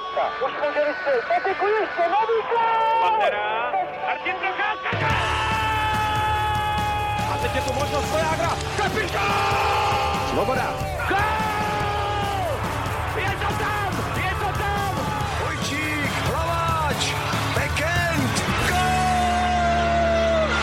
Goretzka. Už může vystřelit. Patiku ještě, nový gól! Pantera, Martin Procházka! A teď je tu možnost Vojágra. Kapitán! Svoboda! Gól! Je to tam! Je to tam! Vojčík, Hlaváč, Bekend, gól!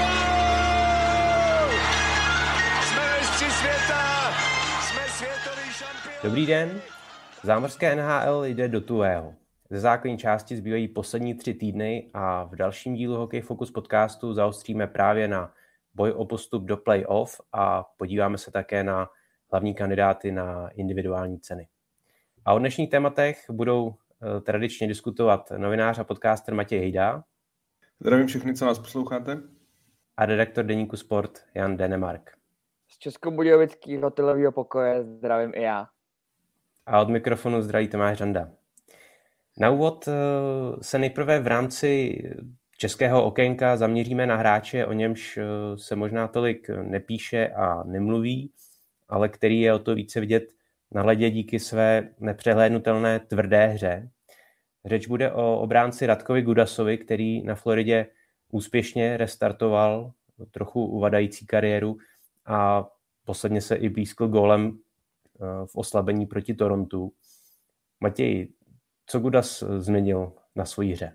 Gól! Jsme mistři světa! Jsme světový šampion! Dobrý den, zámořské NHL jde do tuhého. Ze základní části zbývají poslední 3 týdny a v dalším dílu Hockey Focus podcastu zaostříme právě na boj o postup do play-off a podíváme se také na hlavní kandidáty na individuální ceny. A o dnešních tématech budou tradičně diskutovat novinář a podcaster Matěj Hejda. Zdravím všechny, co nás posloucháte. A redaktor deníku Sport Jan Denemark. Z českobudějovického hotelového pokoje zdravím i já. A od mikrofonu zdraví Tomáš Řanda. Na úvod se nejprve v rámci českého okénka zaměříme na hráče, o němž se možná tolik nepíše a nemluví, ale který je o to více vidět na ledě díky své nepřehlédnutelné tvrdé hře. Řeč bude o obránci Radkovi Gudasovi, který na Floridě úspěšně restartoval trochu uvadající kariéru a posledně se i blízkl gólem v oslabení proti Torontu. Matěj, co Gudas změnil na svojí hře?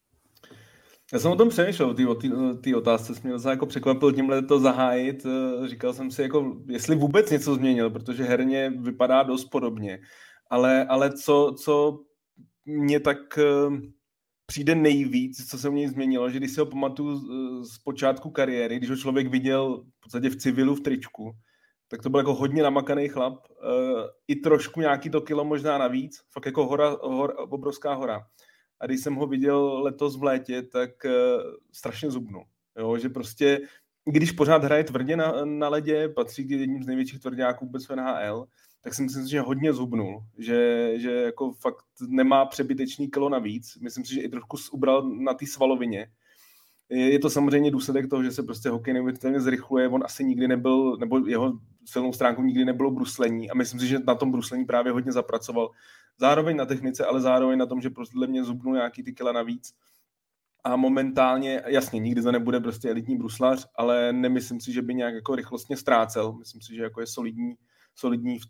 Já jsem o tom přemýšlel, ty otázce jsem mě docela jako překvapil tímhle to zahájit. Říkal jsem si, jako, jestli vůbec něco změnil, protože herně vypadá dost podobně. Ale co mě tak přijde nejvíc, co se u něj změnilo, že když si ho pamatuju z počátku kariéry, když ho člověk viděl v podstatě v civilu, v tričku, tak to byl jako hodně namakaný chlap. I trošku nějaký to kilo možná navíc. Fakt jako obrovská hora. A když jsem ho viděl letos v létě, tak strašně zubnul. Jo, že prostě, když pořád hraje tvrdě na ledě, patří k jedním z největších tvrdáků vůbec v NHL, tak si myslím, že hodně zubnul. Že jako fakt nemá přebytečný kilo navíc. Myslím si, že i trošku ubral na té svalovině. Je to samozřejmě důsledek toho, že se prostě hokej neuvěřitelně zrychluje. On asi nikdy nebyl, nebo jeho silnou stránkou nikdy nebylo bruslení a myslím si, že na tom bruslení právě hodně zapracoval. Zároveň na technice, ale zároveň na tom, že podle mě zubnul nějaký ty kila navíc. A momentálně, jasně, nikdy to nebude prostě elitní bruslař, ale nemyslím si, že by nějak jako rychlostně ztrácel. Myslím si, že jako je solidní v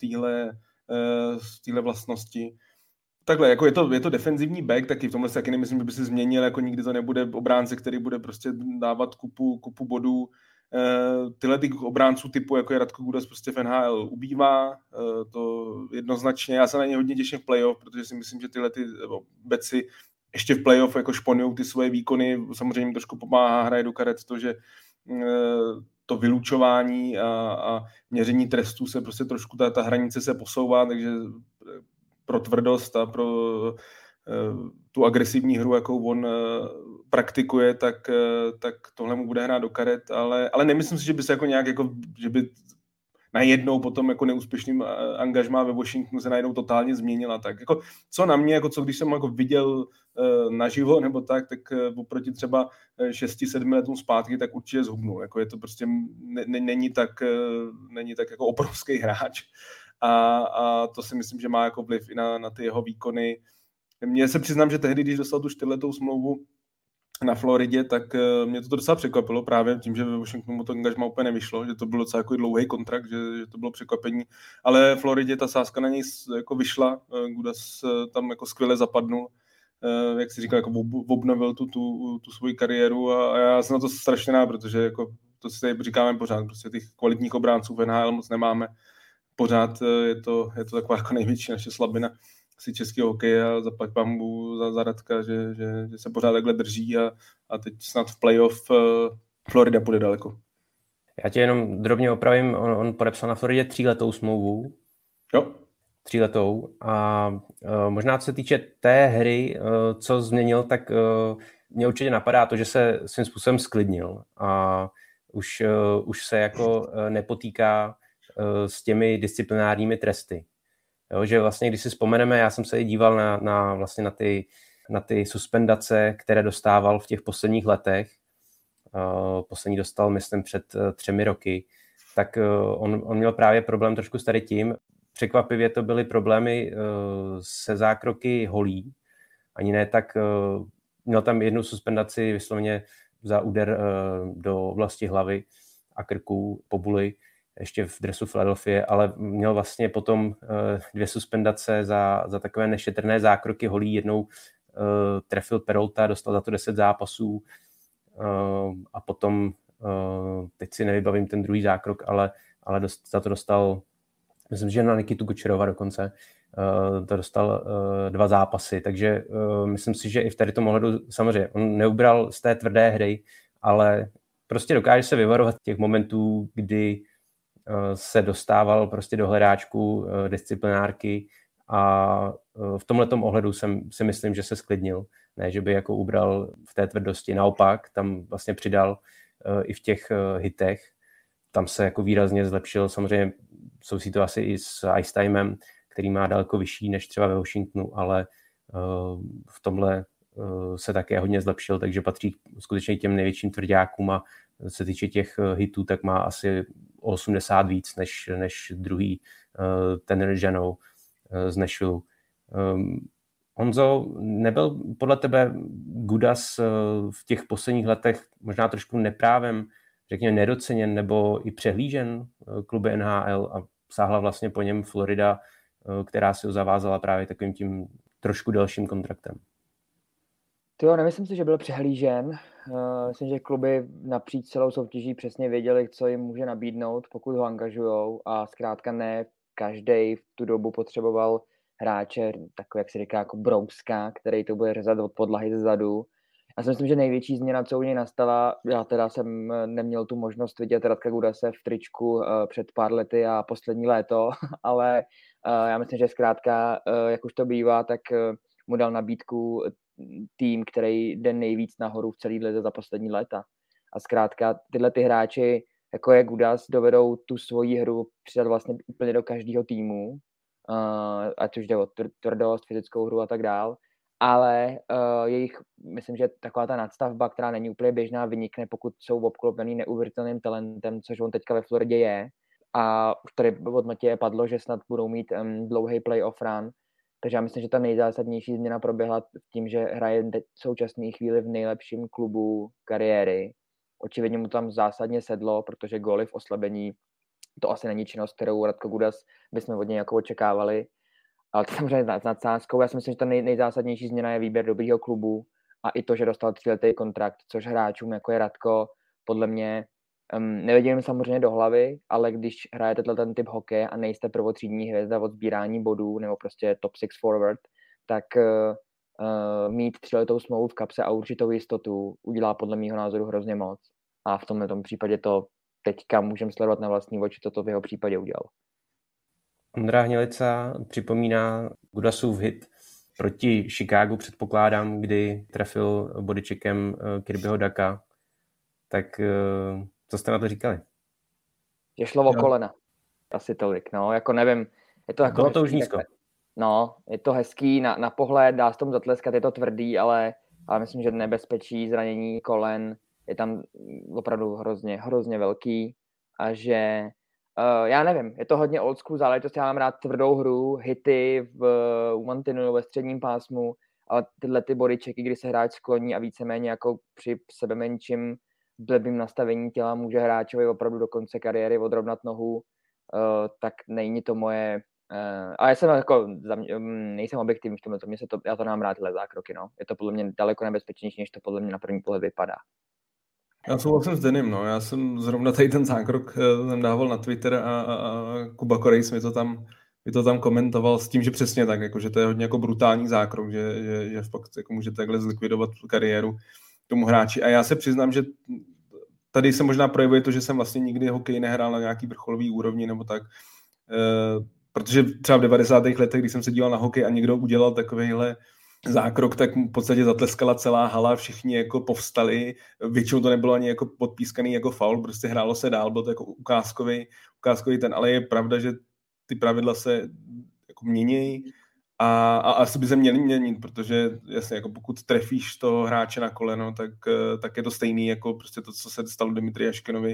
téhle vlastnosti. Takhle, jako je to defenzivní back, taky v tomhle se taky nemyslím, že by se změnil, jako nikdy to nebude obránce, který bude prostě dávat kupu bodů. Tyhle ty obránců typu, jako je Radko Gudas, prostě v NHL ubývá, to jednoznačně. Já se na ně hodně těším v playoff, protože si myslím, že tyhle ty beci ještě v playoff jako šponujou ty svoje výkony. Samozřejmě trošku pomáhá, hraje do karet to, že to vylučování a měření trestů se prostě trošku ta hranice se posouvá, takže pro tvrdost a pro tu agresivní hru, jakou on praktikuje, tak tohle mu bude hrát do karet, ale nemyslím si, že by se jako nějak, jako, že by najednou potom jako neúspěšným angažmá ve Washingtonu se najednou totálně změnila. Tak jako, co na mě, jako co když jsem jako viděl naživo nebo tak oproti třeba 6-7 letům zpátky, tak určitě zhubnul. Jako je to prostě není tak jako obrovský hráč. A to si myslím, že má jako vliv i na ty jeho výkony. Mně se přiznám, že tehdy, když dostal tu 4letou smlouvu na Floridě, tak mě to docela překvapilo právě tím, že ve Washingtonu to angažmá úplně nevyšlo, že to byl docela jako dlouhý kontrakt, že to bylo překvapení. Ale v Floridě ta sázka na něj jako vyšla, Gudas tam jako skvěle zapadnul, jak si říkal, jako obnovil tu svoji kariéru a já jsem na to strašně rád, protože jako to si tady říkáme pořád, prostě těch kvalitních obránců v NHL moc nemáme. Pořád je to taková jako největší naše slabina asi českého hokeje a zaplať pánbůh za Radka, že se pořád takhle drží a teď snad v playoff Florida půjde daleko. Já tě jenom drobně opravím, on podepsal na Floridě 3letou smlouvu. Jo. 3letou a možná co se týče té hry, co změnil, tak mě určitě napadá to, že se svým způsobem sklidnil a už se jako nepotýká s těmi disciplinárními tresty. Jo, že vlastně, když si vzpomeneme, já jsem se díval na ty suspendace, které dostával v těch posledních letech. Poslední dostal, myslím, před 3 roky. Tak on měl právě problém trošku s tady tím. překvapivě to byly problémy se zákroky holí. Ani ne tak, měl tam jednu suspendaci vysloveně za úder do oblasti hlavy a krku po buli, ještě v dresu Philadelphie, ale měl vlastně potom 2 suspendace za takové nešetrné zákroky holí. Jednou trefil Peralta, dostal za to 10 zápasů a potom, teď si nevybavím ten druhý zákrok, ale za to dostal, myslím, že na Nikitu Kučerova dokonce, to dostal 2 zápasy, takže myslím si, že i v tady tom ohledu samozřejmě on neubral z té tvrdé hry, ale prostě dokáže se vyvarovat těch momentů, kdy se dostával prostě do hledáčku disciplinárky a v tomhletom ohledu si myslím, že se sklidnil. Ne, že by jako ubral v té tvrdosti. Naopak, tam vlastně přidal i v těch hitech. Tam se jako výrazně zlepšil. Samozřejmě souvisí to asi i s ice timem, který má daleko vyšší než třeba ve Washingtonu, ale v tomhle se také hodně zlepšil, takže patří skutečně těm největším tvrďákům a se týče těch hitů, tak má asi 80 víc než druhý ten Žanou z Nashville. Honzo, nebyl podle tebe Gudas v těch posledních letech možná trošku neprávem, řekněme, nedoceněn nebo i přehlížen kluby NHL a sáhla vlastně po něm Florida, která si ho zavázala právě takovým tím trošku delším kontraktem? Jo, nemyslím si, že byl přehlížen. Myslím, že kluby napříč celou soutěží přesně věděli, co jim může nabídnout, pokud ho angažujou, a zkrátka ne každý v tu dobu potřeboval hráče, takový, jak se říká, jako brouska, který to bude řezat od podlahy zezadu. Já si myslím, že největší změna, co u něj nastala, já teda jsem neměl tu možnost vidět Radka Gudase v tričku před pár lety a poslední léto, ale já myslím, že zkrátka, jak už to bývá, tak mu dal nabídku tým, který jde nejvíc nahoru v celý lize za poslední léta. A zkrátka tyhle ty hráči, jako je Gudas, dovedou tu svoji hru přidat vlastně úplně do každého týmu, ať už jde o tvrdost, fyzickou hru a tak dál, ale myslím, že taková ta nadstavba, která není úplně běžná, vynikne, pokud jsou obklopený neuvěřitelným talentem, což on teďka ve Floridě je. A už tady od Matěje padlo, že snad budou mít dlouhý playoff run. Takže já myslím, že ta nejzásadnější změna proběhla tím, že hraje v současné chvíli v nejlepším klubu kariéry. Očividně mu tam zásadně sedlo, protože góly v oslabení, to asi není činnost, kterou Radko Gudas bychom od něj jako očekávali. Ale to samozřejmě s nadsázkou. Já si myslím, že ta nejzásadnější změna je výběr dobrýho klubu a i to, že dostal 3letý kontrakt, což hráčům, jako je Radko, podle mě nevidím samozřejmě do hlavy, ale když hrajete ten typ hokeje a nejste prvotřídní hvězda od sbírání bodů nebo prostě top 6 forward, tak mít 3letou smlouvu v kapse a určitou jistotu udělá podle mýho názoru hrozně moc. A v tomto případě to teďka můžeme sledovat na vlastní oči, co to v jeho případě udělal. Ondra Hnilica připomíná Gudasův hit proti Chicagu, předpokládám, kdy trefil bodycheckem Kirbyho Ducka. Tak co jste na to říkali? Je šlo o kolena. Asi tolik, no, jako nevím. Je to jako bylo to už nízko. No, je to hezký na pohled, dá se tomu zatleskat, je to tvrdý, ale myslím, že nebezpečí zranění kolen je tam opravdu hrozně velký a že já nevím, je to hodně old school záležitost, já mám rád tvrdou hru, hity u mantinu ve středním pásmu, ale tyhle ty bodychecky, kdy se hráč skloní a víceméně jako při sebe menším blbým nastavení těla může hráčovi opravdu do konce kariéry odrovnat nohu, tak není to moje. Ale já jsem jako, nejsem objektivní v tomhle, já to mám rád tyhle zákroky, no. Je to podle mě daleko nebezpečnější, než to podle mě na první pohled vypadá. Já souhlasím s Denim, no. Já jsem zrovna tady ten zákrok jsem dával na Twitter a Kuba Korejs mi to tam komentoval s tím, že přesně tak, jako, že to je hodně jako brutální zákrok, že fakt jako může takhle zlikvidovat kariéru tomu hráči. A já se přiznám, že tady se možná projevuje to, že jsem vlastně nikdy hokej nehrál na nějaký vrcholový úrovni nebo tak. Protože třeba v 90. letech, když jsem se díval na hokej a někdo udělal takovejhle zákrok, tak v podstatě zatleskala celá hala, všichni jako povstali, většinou to nebylo ani jako podpískaný jako faul, prostě hrálo se dál, byl to jako ukázkový ten, ale je pravda, že ty pravidla se jako mění a asi by se měly měnit, protože jasně, jako pokud trefíš toho hráče na koleno, tak je to stejný jako prostě to, co se stalo Dmitri Jaškinovi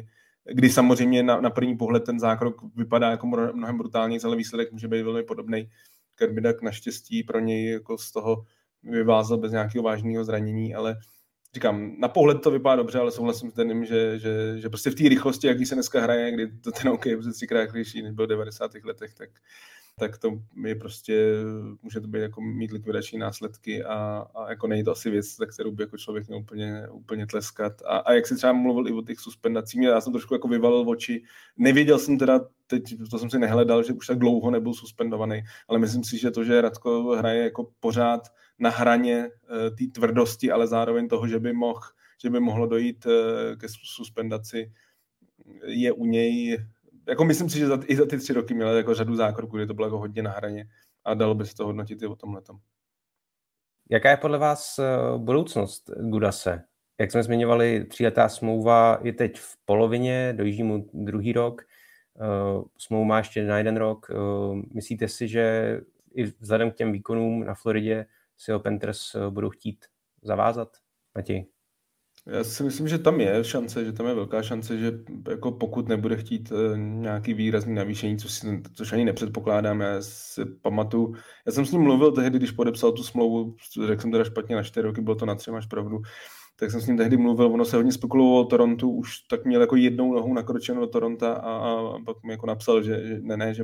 kdy samozřejmě na první pohled ten zákrok vypadá jako mnohem brutálněji, ale výsledek může být velmi podobný. Kirby Dach naštěstí pro něj jako z toho vyvázal bez nějakého vážného zranění, ale říkám, na pohled to vypadá dobře, ale souhlasím s tím, že prostě v té rychlosti, jaký se dneska hraje, kdy to ten hokej je prostě 3krát rychlejší, než byl v 90. letech, tak to je prostě, může to být jako mít likvidační následky a jako není to asi věc, za kterou by jako člověk měl úplně tleskat. A jak si třeba mluvil i o těch suspendacích, já jsem trošku jako vyvalil oči. Nevěděl jsem teda, teď to jsem si nehledal, že už tak dlouho nebyl suspendovaný, ale myslím si, že to, že Radko hraje jako pořád na hraně té tvrdosti, ale zároveň toho, že by mohlo dojít ke suspendaci, je u něj. Jako myslím si, že i za ty 3 roky měl jako řadu zákroků, kdy to bylo jako hodně na hraně a dalo by se to hodnotit i o tomhletom. Jaká je podle vás budoucnost Gudase? Jak jsme zmiňovali, 3letá smlouva je teď v polovině, dojíždí mu 2. rok, smlouva má ještě na 1 rok. Myslíte si, že i vzhledem k těm výkonům na Floridě si ho Panthers budou chtít zavázat? Matěj? Já si myslím, že tam je šance, že tam je velká šance, že jako pokud nebude chtít nějaký výrazný navýšení, což ani nepředpokládám. Já si pamatuju, já jsem s ním mluvil tehdy, když podepsal tu smlouvu, řekl jsem teda špatně na 4 roky, bylo to na 3, máš pravdu, tak jsem s ním tehdy mluvil, ono se hodně spekulovalo o Torontu, už tak měl jako jednou nohou nakročeno do Toronta a pak mi jako napsal, že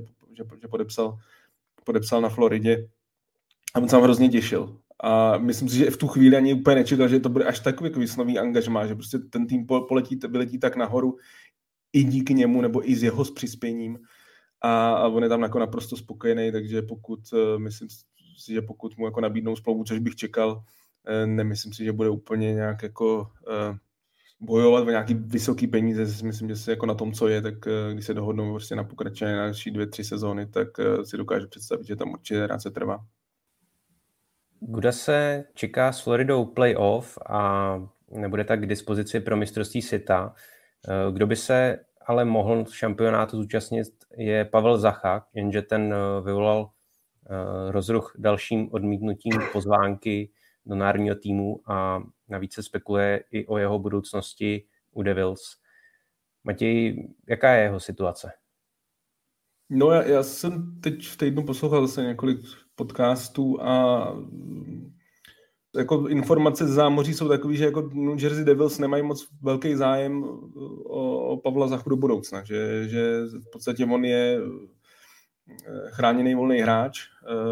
podepsal na Floridě a on se tam hrozně těšil. A myslím si, že v tu chvíli ani úplně nečekal, že to bude až takový výslovný angažmá, že prostě ten tým vyletí tak nahoru i díky němu, nebo i s jeho přispěním. A on je tam jako naprosto spokojený, takže myslím si, že pokud mu jako nabídnou smlouvu, což bych čekal, nemyslím si, že bude úplně nějak jako bojovat o nějaký vysoký peníze. Myslím, že se jako na tom, co je, tak když se dohodnou prostě na pokračování na další 2-3 sezóny, tak si dokážu představit, že tam určitě rád se trvá. Gudase čeká s Floridou playoff a nebude tak k dispozici pro mistrovství světa. Kdo by se ale mohl šampionátu zúčastnit, je Pavel Zacha, jenže ten vyvolal rozruch dalším odmítnutím pozvánky do národního týmu a navíc se spekuluje i o jeho budoucnosti u Devils. Matěj, jaká je jeho situace? No já jsem teď v týdnu poslouchal zase několik podcastů a jako informace z zámoří jsou takový, že jako New Jersey Devils nemají moc velký zájem o Pavla Zachu do budoucna, že v podstatě on je chráněný volný hráč,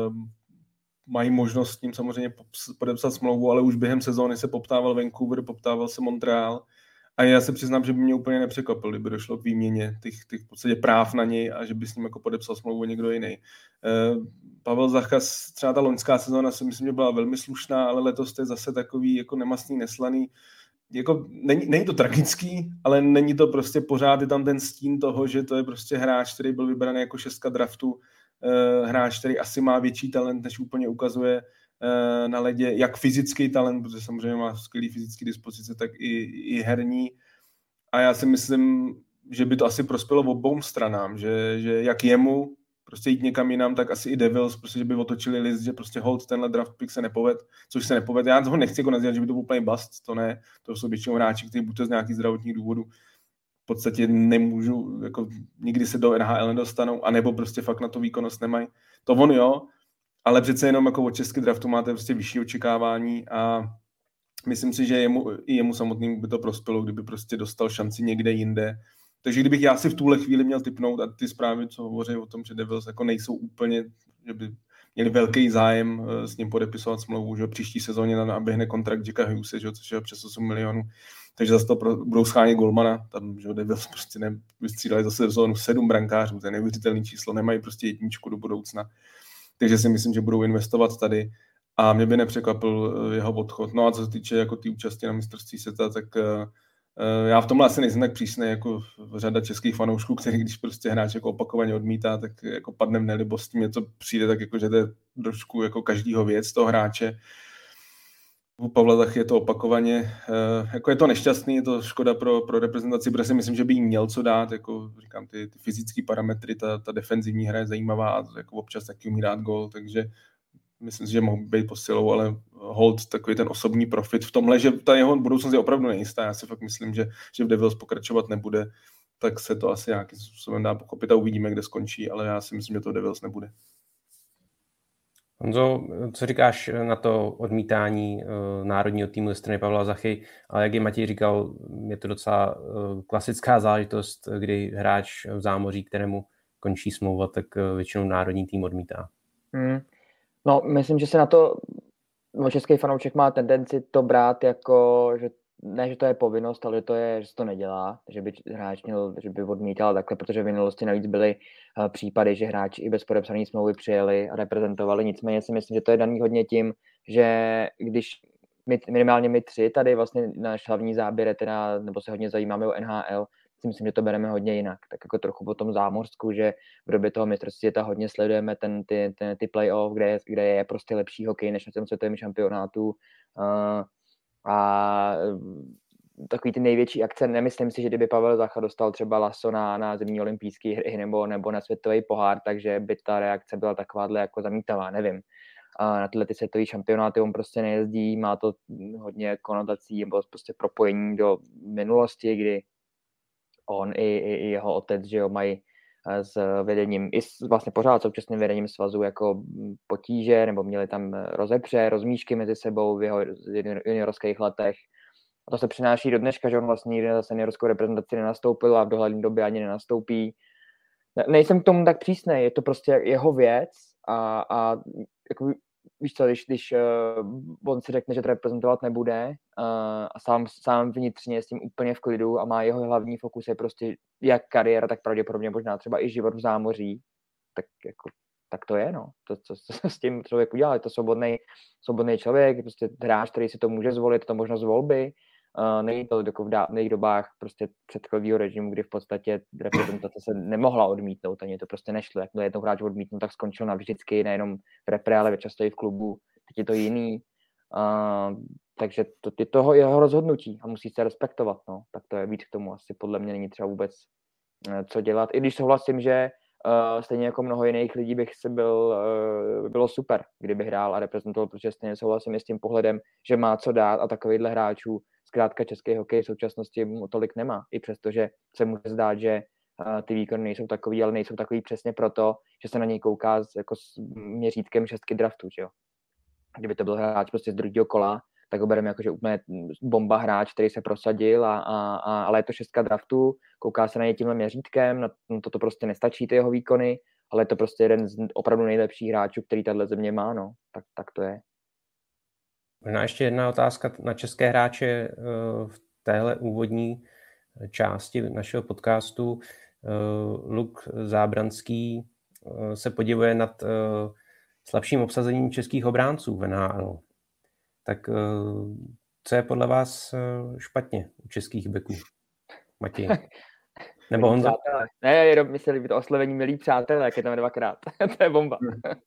mají možnost s ním samozřejmě podepsat smlouvu, ale už během sezóny se poptával Vancouver, poptával se Montreal a já se přiznám, že by mě úplně nepřekvapil, kdyby došlo k výměně těch v podstatě práv na něj a že by s ním jako podepsal smlouvu někdo jiný. Pavel Zacha, třeba ta loňská sezóna si myslím, že byla velmi slušná, ale letos to je zase takový jako nemastný, neslaný. Jako, není to tragický, ale není to prostě pořád, je tam ten stín toho, že to je prostě hráč, který byl vybraný jako 6 draftu, hráč, který asi má větší talent, než úplně ukazuje na ledě, jak fyzický talent, protože samozřejmě má skvělý fyzický dispozice, tak i herní. A já si myslím, že by to asi prospělo obou stranám, že jak jemu prostě jít někam jinam, tak asi i Devils, prostě, že by otočili list, že prostě hold tenhle draft pick se nepoved, což se nepoved. Já toho nechci jako nazývat, že by to byl úplně bust, to ne. To jsou většinou hráči, kteří buď to z nějakých zdravotních důvodů v podstatě nemůžu, jako nikdy se do NHL nedostanou, anebo prostě fakt na to výkonnost nemají. To on jo, ale přece jenom jako od český draftu máte prostě vyšší očekávání a myslím si, že jemu samotnému by to prospělo, kdyby prostě dostal šanci někde jinde. Takže kdybych já si v tuhle chvíli měl tipnout a ty zprávy, co hovoří o tom, že Devils jako nejsou úplně, že by měli velký zájem s ním podepisovat smlouvu, že příští sezóně naběhne kontrakt Jacka Hughese, což je přes 8 milionů, takže zase to budou schánět golmana, tam že Devils prostě vystřídali zase sezónu 7 brankářů, to je neuvěřitelný číslo, nemají prostě jedničku do budoucna, takže si myslím, že budou investovat tady a mě by nepřekvapil jeho odchod. No a co se týče jako té účasti na mistrovství světa, tak já v tomhle asi nejsem tak přísný jako řada českých fanoušků, který když prostě hráč jako opakovaně odmítá, tak jako padne v nelibost, mě to přijde tak jako, že to je trošku jako každýho věc toho hráče. U Pavla Zachy je to opakovaně, jako je to nešťastný, je to škoda pro reprezentaci, protože si myslím, že by jí měl co dát, jako říkám, ty fyzické parametry, ta defenzivní hra je zajímavá a jako občas taky umí dát gól, takže myslím si, že mohl být posilou, ale hold takový ten osobní profit v tomhle, že ta jeho budoucnost je opravdu nejistá. Já si fakt myslím, že v Devils pokračovat nebude. tak se to asi nějakým způsobem dá pochopit a uvidíme, kde skončí, ale já si myslím, že to Devils nebude. Honzo, co říkáš na to odmítání národního týmu ze strany Pavla Zachy, ale jak je Matěj říkal, je to docela klasická záležitost, kdy hráč v zámoří, kterému končí smlouva, tak většinou národní tým odmítá. No, myslím, že se na to český fanoušek má tendenci to brát jako, že ne, že to je povinnost, ale že se to nedělá, že by hráč měl, že by odmítal takhle, protože v minulosti navíc byly případy, že hráči i bez podepsané smlouvy přijeli a reprezentovali. Nicméně si myslím, že to je daný hodně tím, že když minimálně my tři tady vlastně náš hlavní záběr je teda, nebo se hodně zajímáme o NHL, si myslím, že to bereme hodně jinak. Tak jako trochu po tom zámořsku, že v době toho mistrovství světa hodně sledujeme ty play-off, kde je prostě lepší hokej než na tom světovém šampionátu. A takový ty největší akce, nemyslím si, že kdyby Pavel Zacha dostal třeba laso na zimní olympijské hry nebo na světový pohár, takže by ta reakce byla takováhle jako zamítavá, nevím. A na tyhle ty světové šampionáty on prostě nejezdí, má to hodně konotací nebo prostě propojení do minulosti, kdy on i jeho otec, že jo, mají s vedením, i vlastně pořád současným vedením svazu jako potíže, nebo měli tam rozmíšky mezi sebou v jeho juniorských letech. A to se přináší do dneška, že on vlastně nikdy za seniorskou reprezentaci nenastoupil a v dohledné době ani nenastoupí. Nejsem k tomu tak přísnej, je to prostě jeho věc a jako, víš co, když on si řekne, že to reprezentovat nebude a sám vnitřně je s tím úplně v klidu a má jeho hlavní fokus je prostě jak kariéra, tak pravděpodobně možná třeba i život v zámoří, tak to je, no. To, co s tím člověk udělal, je to svobodný člověk, prostě hráč, který si to může zvolit, to možnost volby. Není to jako v dávných dobách prostě předchozího režimu, kdy v podstatě reprezentace se nemohla odmítnout, ani to prostě nešlo. Jakmile jednou hráč odmítnul, tak skončil navždycky, nejenom v repre, ale často i v klubu. Teď je to jiný. Takže to je toho jeho rozhodnutí a musí se respektovat. No. Tak to je víc k tomu. Asi podle mě není třeba vůbec co dělat. I když souhlasím, že stejně jako mnoho jiných lidí bylo super, kdyby hrál a reprezentoval, protože stejně souhlasím s tím pohledem, že má co dát a takovýchhle hráčů zkrátka český hokej v současnosti tolik nemá. I přesto, že se může zdát, že ty výkony nejsou takový, ale nejsou takový přesně proto, že se na něj kouká jako s měřítkem 6 draftu, že jo. Kdyby to byl hráč prostě z druhého kola, tak ho bereme jako, že úplně bomba hráč, který se prosadil, ale je to 6 draftu, kouká se na něj tímhle měřítkem, na to prostě nestačí ty jeho výkony, ale je to prostě jeden z opravdu nejlepších hráčů, který tahle země má, no. Tak to je. Možná ještě jedna otázka na české hráče v téhle úvodní části našeho podcastu. Luk Zábranský se podivuje nad slabším obsazením českých obránců v NHL. Tak co je podle vás špatně u českých beků? Matěj? Nebo Honza? Ne, jenom mysleli by to oslovení milí přátelé, jak je tam 2krát. To je bomba.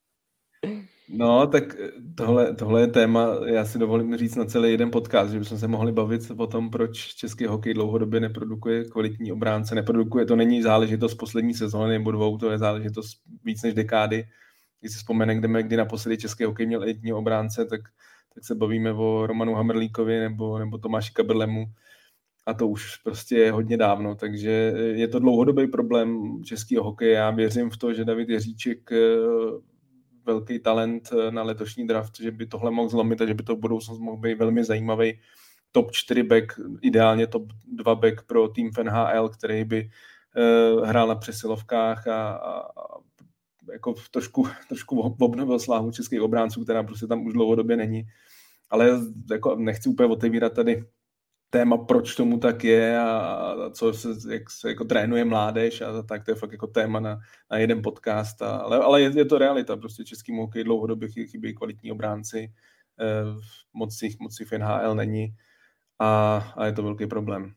No, tak tohle je téma, já si dovolím říct na celý jeden podcast, že bychom se mohli bavit o tom, proč český hokej dlouhodobě neprodukuje kvalitní obránce. Neprodukuje, to není záležitost poslední sezóny nebo 2, to je záležitost víc než dekády. Když si vzpomeneme, kdy naposledy český hokej měl elitní obránce, tak se bavíme o Romanu Hamrlíkovi nebo Tomáši Kaberlemu. A to už prostě je hodně dávno, takže je to dlouhodobý problém českého hokeje. Já věřím v to, že David Jiříček, velký talent na letošní draft, že by tohle mohl zlomit a že by to v budoucnosti mohl být velmi zajímavý top 4 back, ideálně top 2 back pro tým v NHL, který by hrál na přesilovkách a jako trošku obnovil slávu českých obránců, která prostě tam už dlouhodobě není. Ale jako nechci úplně otevírat tady téma, proč tomu tak je a jak se jako trénuje mládež a tak, to je fakt jako téma na jeden podcast. Ale je to realita, prostě český hokej dlouhodobě chybí kvalitní obránci, moc jich v NHL není a je to velký problém.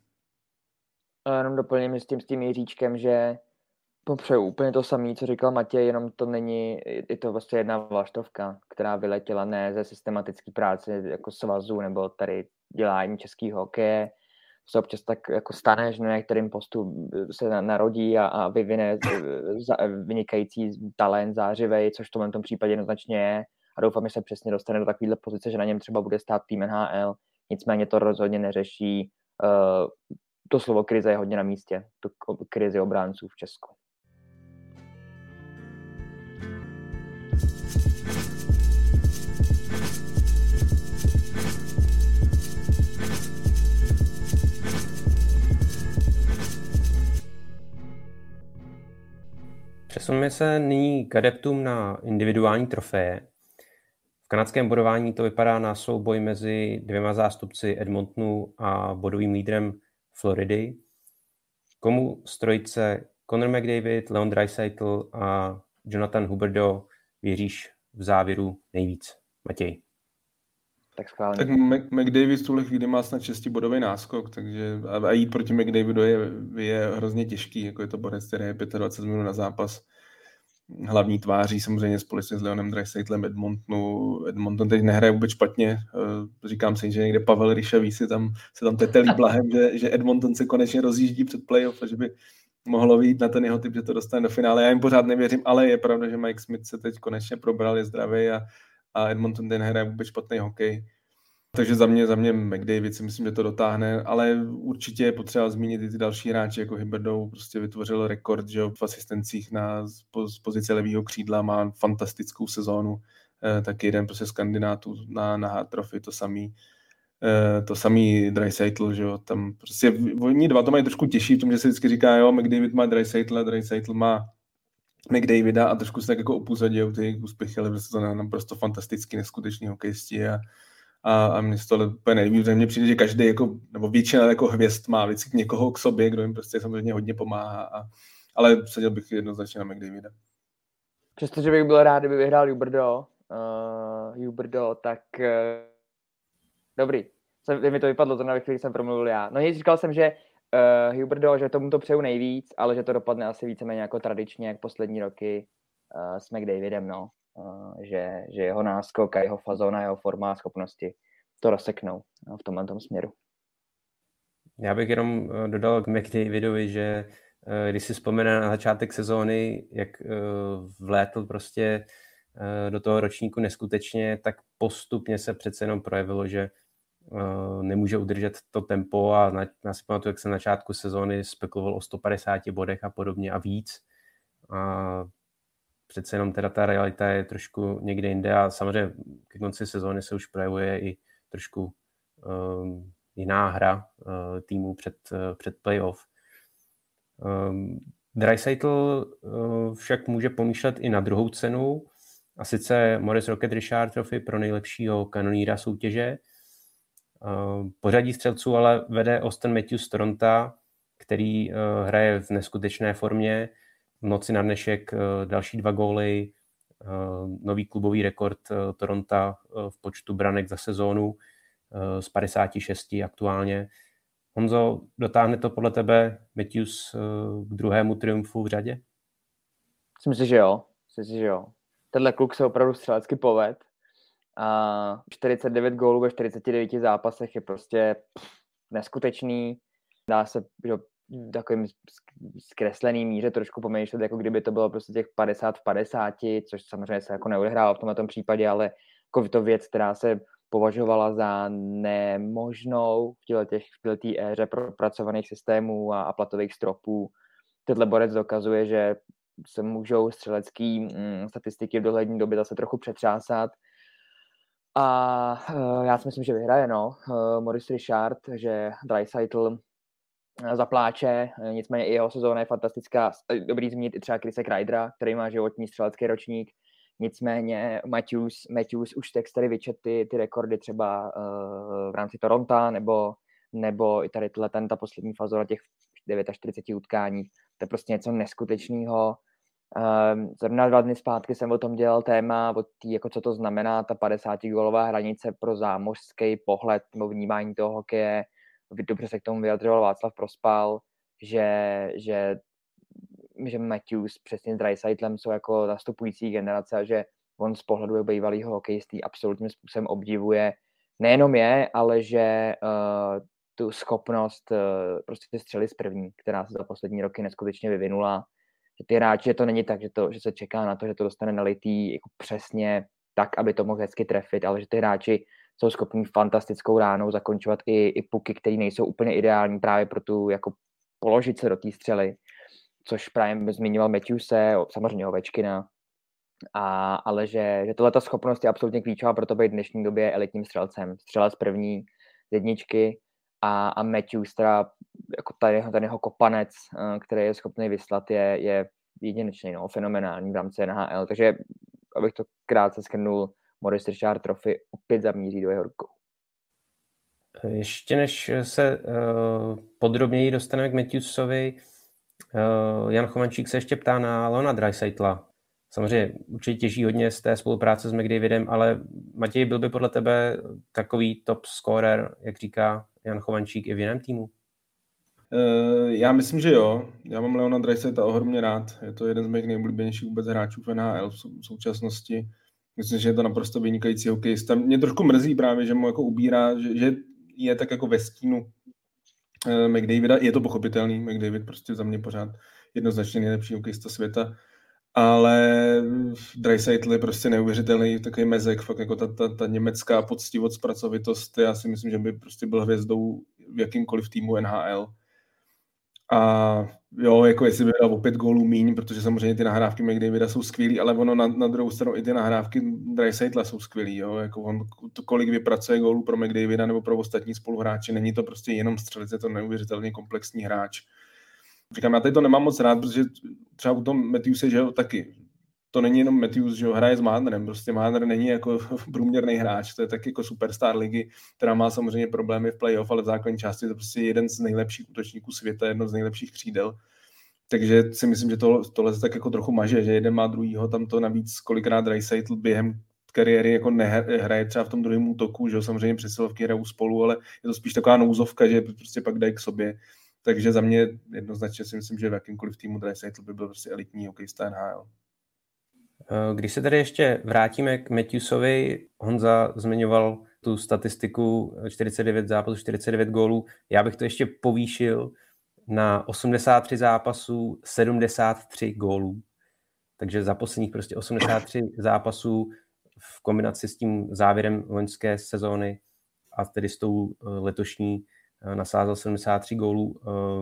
A jenom doplním s tím Jiříčkem, že popřeju úplně to samé, co říkal Matěj, jenom to není, je to vlastně jedna vlaštovka, která vyletěla ne ze systematické práce jako svazu nebo tady dělání českého hokeje. Se občas tak jako stane, že na některým postu se narodí a vyvine vynikající talent, zářivej, což v tom případě jednoznačně je. A doufám, že se přesně dostane do takovéhle pozice, že na něm třeba bude stát tým NHL. Nicméně to rozhodně neřeší to slovo krize je hodně na místě, tu krizi obránců v Česku. Přesuneme se nyní k adeptům na individuální trofeje. V kanadském bodování to vypadá na souboj mezi dvěma zástupci Edmontonu a bodovým lídrem Floridy. Komu z trojice Connor McDavid, Leon Draisaitl a Jonathan Huberdeau věříš v závěru nejvíc? Matěj. Tak schválně. Tak McDavid v tuhle chvíli má snad 6bodový náskok, takže a jít proti McDavidu je hrozně těžký, jako je to borec, který je 25 minut na zápas. Hlavní tváří samozřejmě společně s Leonem Draisaitlem Edmonton teď nehraje vůbec špatně. Říkám si, že někde Pavel Ryšavý se tam tetelí blahem, že Edmonton se konečně rozjíždí před playoff a že by mohlo vyjít na ten jeho typ, že to dostane do finále. Já jim pořád nevěřím, ale je pravda, že Mike Smith se teď konečně probral, je zdravý a Edmonton teď nehraje vůbec špatný hokej. Takže za mě McDavid si myslím, že to dotáhne, ale určitě je potřeba zmínit i ty další hráči, jako Huberdeau prostě vytvořil rekord, že v asistencích z pozice levýho křídla, má fantastickou sezónu, taky jeden prostě z kandidátů na Hart Trophy, to samý Draisaitl, že jo, tam prostě oni dva to mají trošku těžší v tom, že se vždycky říká, jo, McDavid má Draisaitl má McDavida a trošku se tak jako opůzadějí ty jejich úspěchy, ale prostě to naprosto fantastický, neskutečný hokejisti a mně z toho úplně nejvíc, mně přijde, že každý jako, nebo většina jako hvězd má vždycky někoho k sobě, kdo jim prostě samozřejmě hodně pomáhá, ale seděl bych jednoznačně na McDavida. Přestože bych byl rád, kdyby vyhrál Huberdeau, tak dobrý. Mi to vypadlo, to na chvíli jsem promluvil já. No nic, říkal jsem, že Huberdeau, že tomu to přeju nejvíc, ale že to dopadne asi víceméně jako tradičně, jak poslední roky s McDavidem, no. Že jeho náskok a jeho fazona, jeho forma a schopnosti to rozseknou v tomhle směru. Já bych jenom dodal k McDavidovi, že když si vzpomene na začátek sezóny, jak vlétl prostě do toho ročníku neskutečně, tak postupně se přece jenom projevilo, že nemůže udržet to tempo a já si pamatuju, jak jsem na začátku sezóny spekuloval o 150 bodech a podobně a víc. A přece jenom teda ta realita je trošku někde jinde a samozřejmě ke konci sezóny se už projevuje i trošku jiná hra týmu před playoff. Draisaitl však může pomýšlet i na druhou cenu, a sice Maurice Rocket Richard Trophy pro nejlepšího kanoníra soutěže. Pořadí střelců ale vede Auston Matthews z Toronto, který hraje v neskutečné formě. V noci na dnešek další 2 góly, nový klubový rekord Toronto v počtu branek za sezónu z 56 aktuálně. Honzo, dotáhne to podle tebe Matthews k druhému triumfu v řadě? Myslím si, že jo. Tenhle kluk se opravdu střelecky poved. A 49 gólů ve 49 zápasech je prostě neskutečný. Dá se takovým zkresleným míře trošku pomýšlet, jako kdyby to bylo prostě těch 50-50, což samozřejmě se jako neodehrálo v tomto případě, ale jako to věc, která se považovala za nemožnou v této éře propracovaných systémů a platových stropů. Tenhle borec dokazuje, že se můžou střelecký statistiky v dohlední době zase trochu přetřásat. A já si myslím, že vyhraje, Maurice Richard, že Draisaitl zapláče, nicméně i jeho sezóna je fantastická. Dobrý zmínit i třeba Chrisa Kreidera, který má životní střelecký ročník. Nicméně Matthews už teď tady vyčet ty rekordy třeba v rámci Toronto, nebo i tady ta poslední fazora těch 49 utkání. To je prostě něco neskutečného. Zrovna 2 dny zpátky jsem o tom dělal téma, jako co to znamená ta 50-gólová hranice pro zámořský pohled nebo vnímání toho hokeje. Dobře se k tomu vyjadřoval Václav Prospal, že Matthews přesně s Draisaitlem jsou jako nastupující generace a že on z pohledu bývalýho hokejistý absolutním způsobem obdivuje nejenom je, ale že tu schopnost prostě střelit z první, která se za poslední roky neskutečně vyvinula. Že ty hráči, že to není tak, že se čeká na to, že to dostane nalitý jako přesně tak, aby to mohl hezky trefit, ale že ty hráči jsou schopní fantastickou ránou zakončovat i puky, které nejsou úplně ideální právě pro tu jako položit se do té střely, což právě zmiňoval Matthewse, samozřejmě Ovečkina, ale že tohleta schopnost je absolutně klíčová pro to být v dnešní době elitním střelcem. Střelec první z jedničky a Matthews, teda jako ten jeho kopanec, který je schopný vyslat, je jedinečný, fenomenální v rámci NHL. Takže abych to krátce shrnul, Maurice Richard Trophy opět zamíří do jeho rukou. Ještě než se podrobněji dostaneme k Matthewsovi, Jan Chovančík se ještě ptá na Leona Draisaitl'a. Samozřejmě určitě těží hodně z té spolupráce s McDavidem, ale Matěj, byl by podle tebe takový top scorer, jak říká Jan Chovančík, i v jiném týmu? Já myslím, že jo. Já mám Leona Draisaitla ohromně rád. Je to jeden z mých nejoblíbenějších vůbec hráčů v NHL v současnosti. Myslím, že je to naprosto vynikající hokejista. Mě trošku mrzí právě, že mu jako ubírá, že je tak jako ve stínu McDavida. Je to pochopitelný, McDavid prostě za mě pořád jednoznačně nejlepší hokejista světa. Ale Draisaitl je prostě neuvěřitelný, takový mezek, fakt jako ta německá poctivost, pracovitost. Já si myslím, že by prostě byl hvězdou v jakýmkoliv týmu NHL. A jo, jako jestli by dal o 5 gólů míň, protože samozřejmě ty nahrávky McDavida jsou skvělý, ale ono na druhou stranu i ty nahrávky Draisaitla jsou skvělý, jo, jako on kolik vypracuje gólů pro McDavida nebo pro ostatní spoluhráči, není to prostě jenom střelec, je to neuvěřitelně komplexní hráč. Říkám, já tady to nemám moc rád, protože třeba u toho Matthewse, že jo, taky. To není jenom Matthews, že jo, hraje s Marnerem. Prostě Marner není jako průměrný hráč, to je taky jako superstar ligy, která má samozřejmě problémy v playoff, ale v základní části je to prostě jeden z nejlepších útočníků světa, jedno z nejlepších křídel. Takže si myslím, že tohle se tak jako trochu maže, že jeden má druhýho, tam to navíc kolikrát Draisaitl během kariéry jako nehraje třeba v tom druhém útoku, že jo, samozřejmě přesilovky hrajou spolu, ale je to spíš taková nouzovka, že prostě pak dají k sobě. Takže za mě jednoznačně si myslím, že v jakýmkoliv týmu Draisaitl by byl prostě elitní hokejista NHL. Když se tady ještě vrátíme k Matthewsovi, Honza zmiňoval tu statistiku 49 zápasů, 49 gólů. Já bych to ještě povýšil na 83 zápasů, 73 gólů. Takže za posledních prostě 83 zápasů v kombinaci s tím závěrem loňské sezóny a tedy s tou letošní nasázel 73 gólů.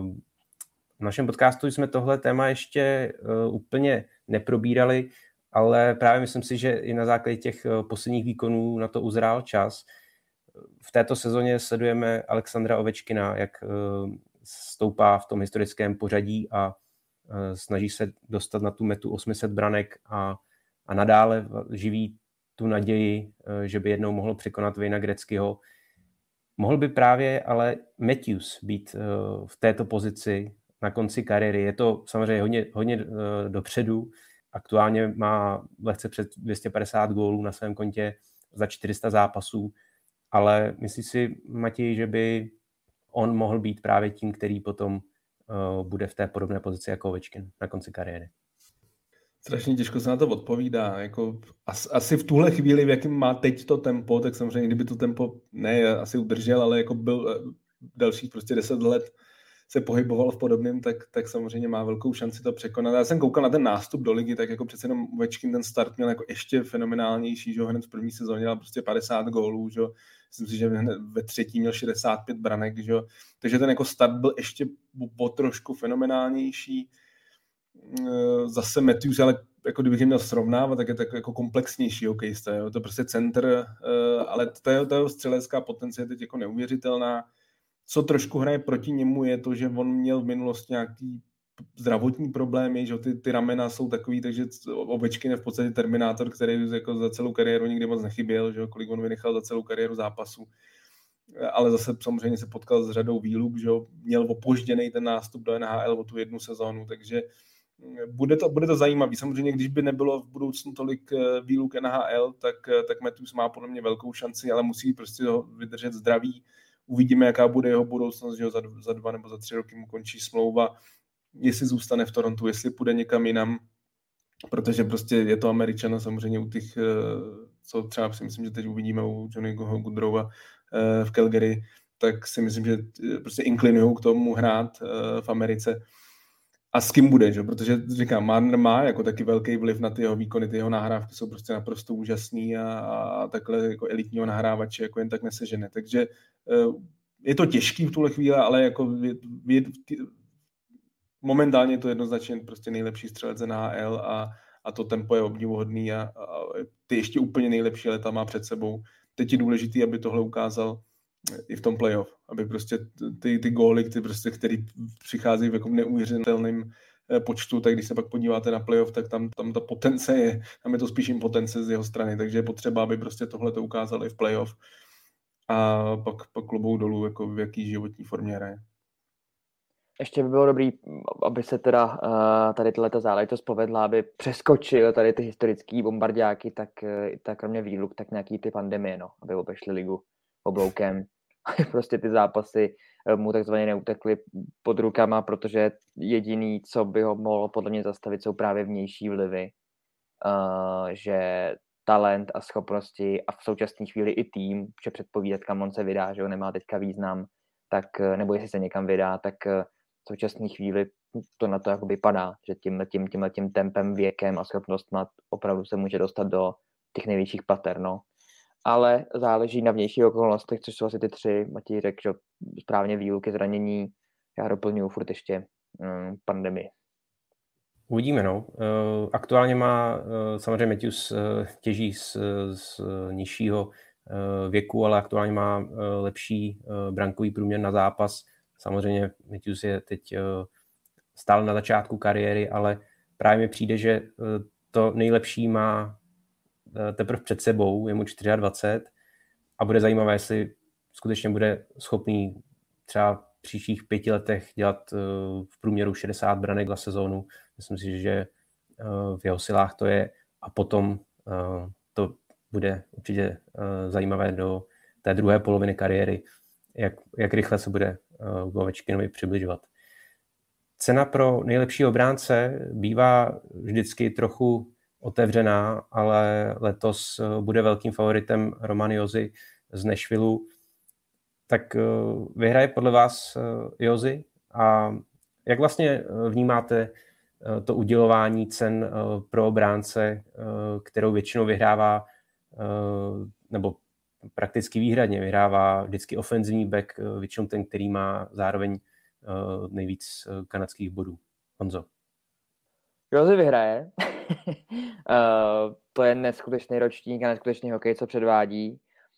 V našem podcastu jsme tohle téma ještě úplně neprobírali, ale právě myslím si, že i na základě těch posledních výkonů na to uzrál čas. V této sezóně sledujeme Alexandra Ovečkina, jak stoupá v tom historickém pořadí a snaží se dostat na tu metu 800 branek a nadále živí tu naději, že by jednou mohl překonat Wayna Gretzkyho. Mohl by právě ale Matthews být v této pozici na konci kariéry. Je to samozřejmě hodně dopředu. Aktuálně má lehce před 250 gólů na svém kontě za 400 zápasů, ale myslíš si, Matěj, že by on mohl být právě tím, který potom bude v té podobné pozici jako Ovečkin na konci kariéry? Strašně těžko se na to odpovídá. Jako, asi v tuhle chvíli, v jakém má teď to tempo, tak samozřejmě, kdyby to tempo ne asi udržel, ale jako byl dalších prostě 10 let se pohyboval v podobném, tak samozřejmě má velkou šanci to překonat. Já jsem koukal na ten nástup do ligy, tak jako přece jenom Ovečkin ten start měl jako ještě fenomenálnější, že hned v první sezóně dal prostě 50 gólů, že myslím si, že ve třetí měl 65 branek, že takže ten jako start byl ještě o trošku fenomenálnější. Zase Matthews, ale jako kdybych je měl srovnávat, tak je tak jako komplexnější hokejista, jo? To je prostě center, ale ta jeho střelecká potence je teď jako neuvěřitelná. Co trošku hraje proti němu je to, že on měl v minulosti nějaký zdravotní problémy, že ty ramena jsou takový, takže Ovečkin je v podstatě terminátor, který jako za celou kariéru nikdy moc nechyběl, že kolik on vynechal za celou kariéru zápasu. Ale zase samozřejmě se potkal s řadou výluk, že měl opožděný ten nástup do NHL o tu jednu sezónu, takže bude to zajímavý. Samozřejmě, když by nebylo v budoucnu tolik výluk NHL, tak Matthews má podle mě velkou šanci, ale musí prostě ho vydržet zdraví. Uvidíme, jaká bude jeho budoucnost, že za 2 nebo za 3 roky mu končí smlouva, jestli zůstane v Torontu, jestli půjde někam jinam, protože prostě je to Američan, samozřejmě u těch, co třeba si myslím, že teď uvidíme u Johnnyho Goodrowa v Calgary, tak si myslím, že prostě inklinují k tomu hrát v Americe. a s kým bude, že? Protože říkám, Marner má jako taky velký vliv na ty jeho výkony, ty jeho nahrávky jsou prostě naprosto úžasný a takhle jako elitního nahrávače jako jen tak nesežene. Takže je to těžký v tuhle chvíli, ale jako momentálně je to jednoznačně prostě nejlepší střelec NHL a to tempo je obdivuhodný a ty ještě úplně nejlepší leta má před sebou. Teď je důležitý, aby tohle ukázal i v tom playoff, aby prostě ty góly, který přicházejí v jako neuvěřitelném počtu, tak když se pak podíváte na playoff, tak tam ta potence je, tam je to spíš impotence z jeho strany, takže je potřeba, aby prostě tohle to ukázal i v playoff a pak klobouk dolů, jako v jaký životní formě hraje. Ještě by bylo dobrý, aby se teda tady tato záležitost povedla, aby přeskočil tady ty historický bombardáky, tak kromě výluk, tak nějaký ty pandemie, no, aby obešli ligu obloukem. Prostě ty zápasy mu takzvaně neutekly pod rukama, protože jediný, co by ho mohlo podle mě zastavit, jsou právě vnější vlivy. Že talent a schopnosti a v současné chvíli i tým, že předpovídat, kam on se vydá, že on nemá teďka význam, tak, nebo jestli se někam vydá, tak v současné chvíli to na to jako vypadá, že tímhletím tempem, věkem a schopnostma opravdu se může dostat do těch největších pater, no. Ale záleží na vnějších okolnostech, což jsou asi ty 3, Matěj řekl, že správně výluky, zranění, já doplňuji furt ještě pandemii. Uvidíme, no. Aktuálně má samozřejmě Matthews těží z nižšího věku, ale aktuálně má lepší brankový průměr na zápas. Samozřejmě Matthews je teď stále na začátku kariéry, ale právě mi přijde, že to nejlepší má teprve před sebou, je mu 24 a bude zajímavé, jestli skutečně bude schopný třeba v příštích 5 letech dělat v průměru 60 branek za sezónu. Myslím si, že v jeho silách to je a potom to bude určitě zajímavé do té druhé poloviny kariéry, jak rychle se bude k Ovečkinovi přibližovat. Cena pro nejlepšího obránce bývá vždycky trochu otevřená, ale letos bude velkým favoritem Roman Josi z Nashvilleu. Tak vyhraje podle vás Josi? A jak vlastně vnímáte to udělování cen pro obránce, kterou většinou vyhrává, nebo prakticky výhradně vyhrává vždycky ofenzivní back, většinou ten, který má zároveň nejvíc kanadských bodů? Honzo. Josi vyhraje. To je neskutečný ročník a neskutečný hokej, co předvádí.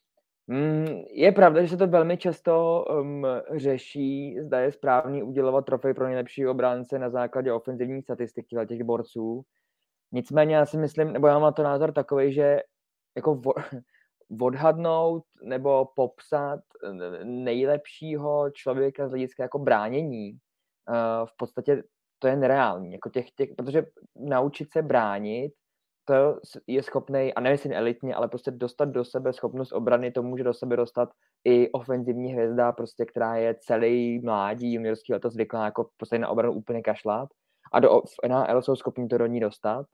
Je pravda, že se to velmi často řeší, zda je správný udělovat trofej pro nejlepší obránce na základě ofenzivních statistik těch borců. Nicméně já si myslím, nebo já mám na to názor takový, že jako odhadnout nebo popsat nejlepšího člověka z hlediska jako bránění v podstatě to je nereální, jako protože naučit se bránit, to je schopnej, a nevím elitně, ale prostě dostat do sebe schopnost obrany, to může do sebe dostat i ofenzivní hvězda, prostě, která je celý mládí, juniorský leto zvyklá jako prostě na obranu úplně kašlat a v NHL jsou schopni to do ní dostat.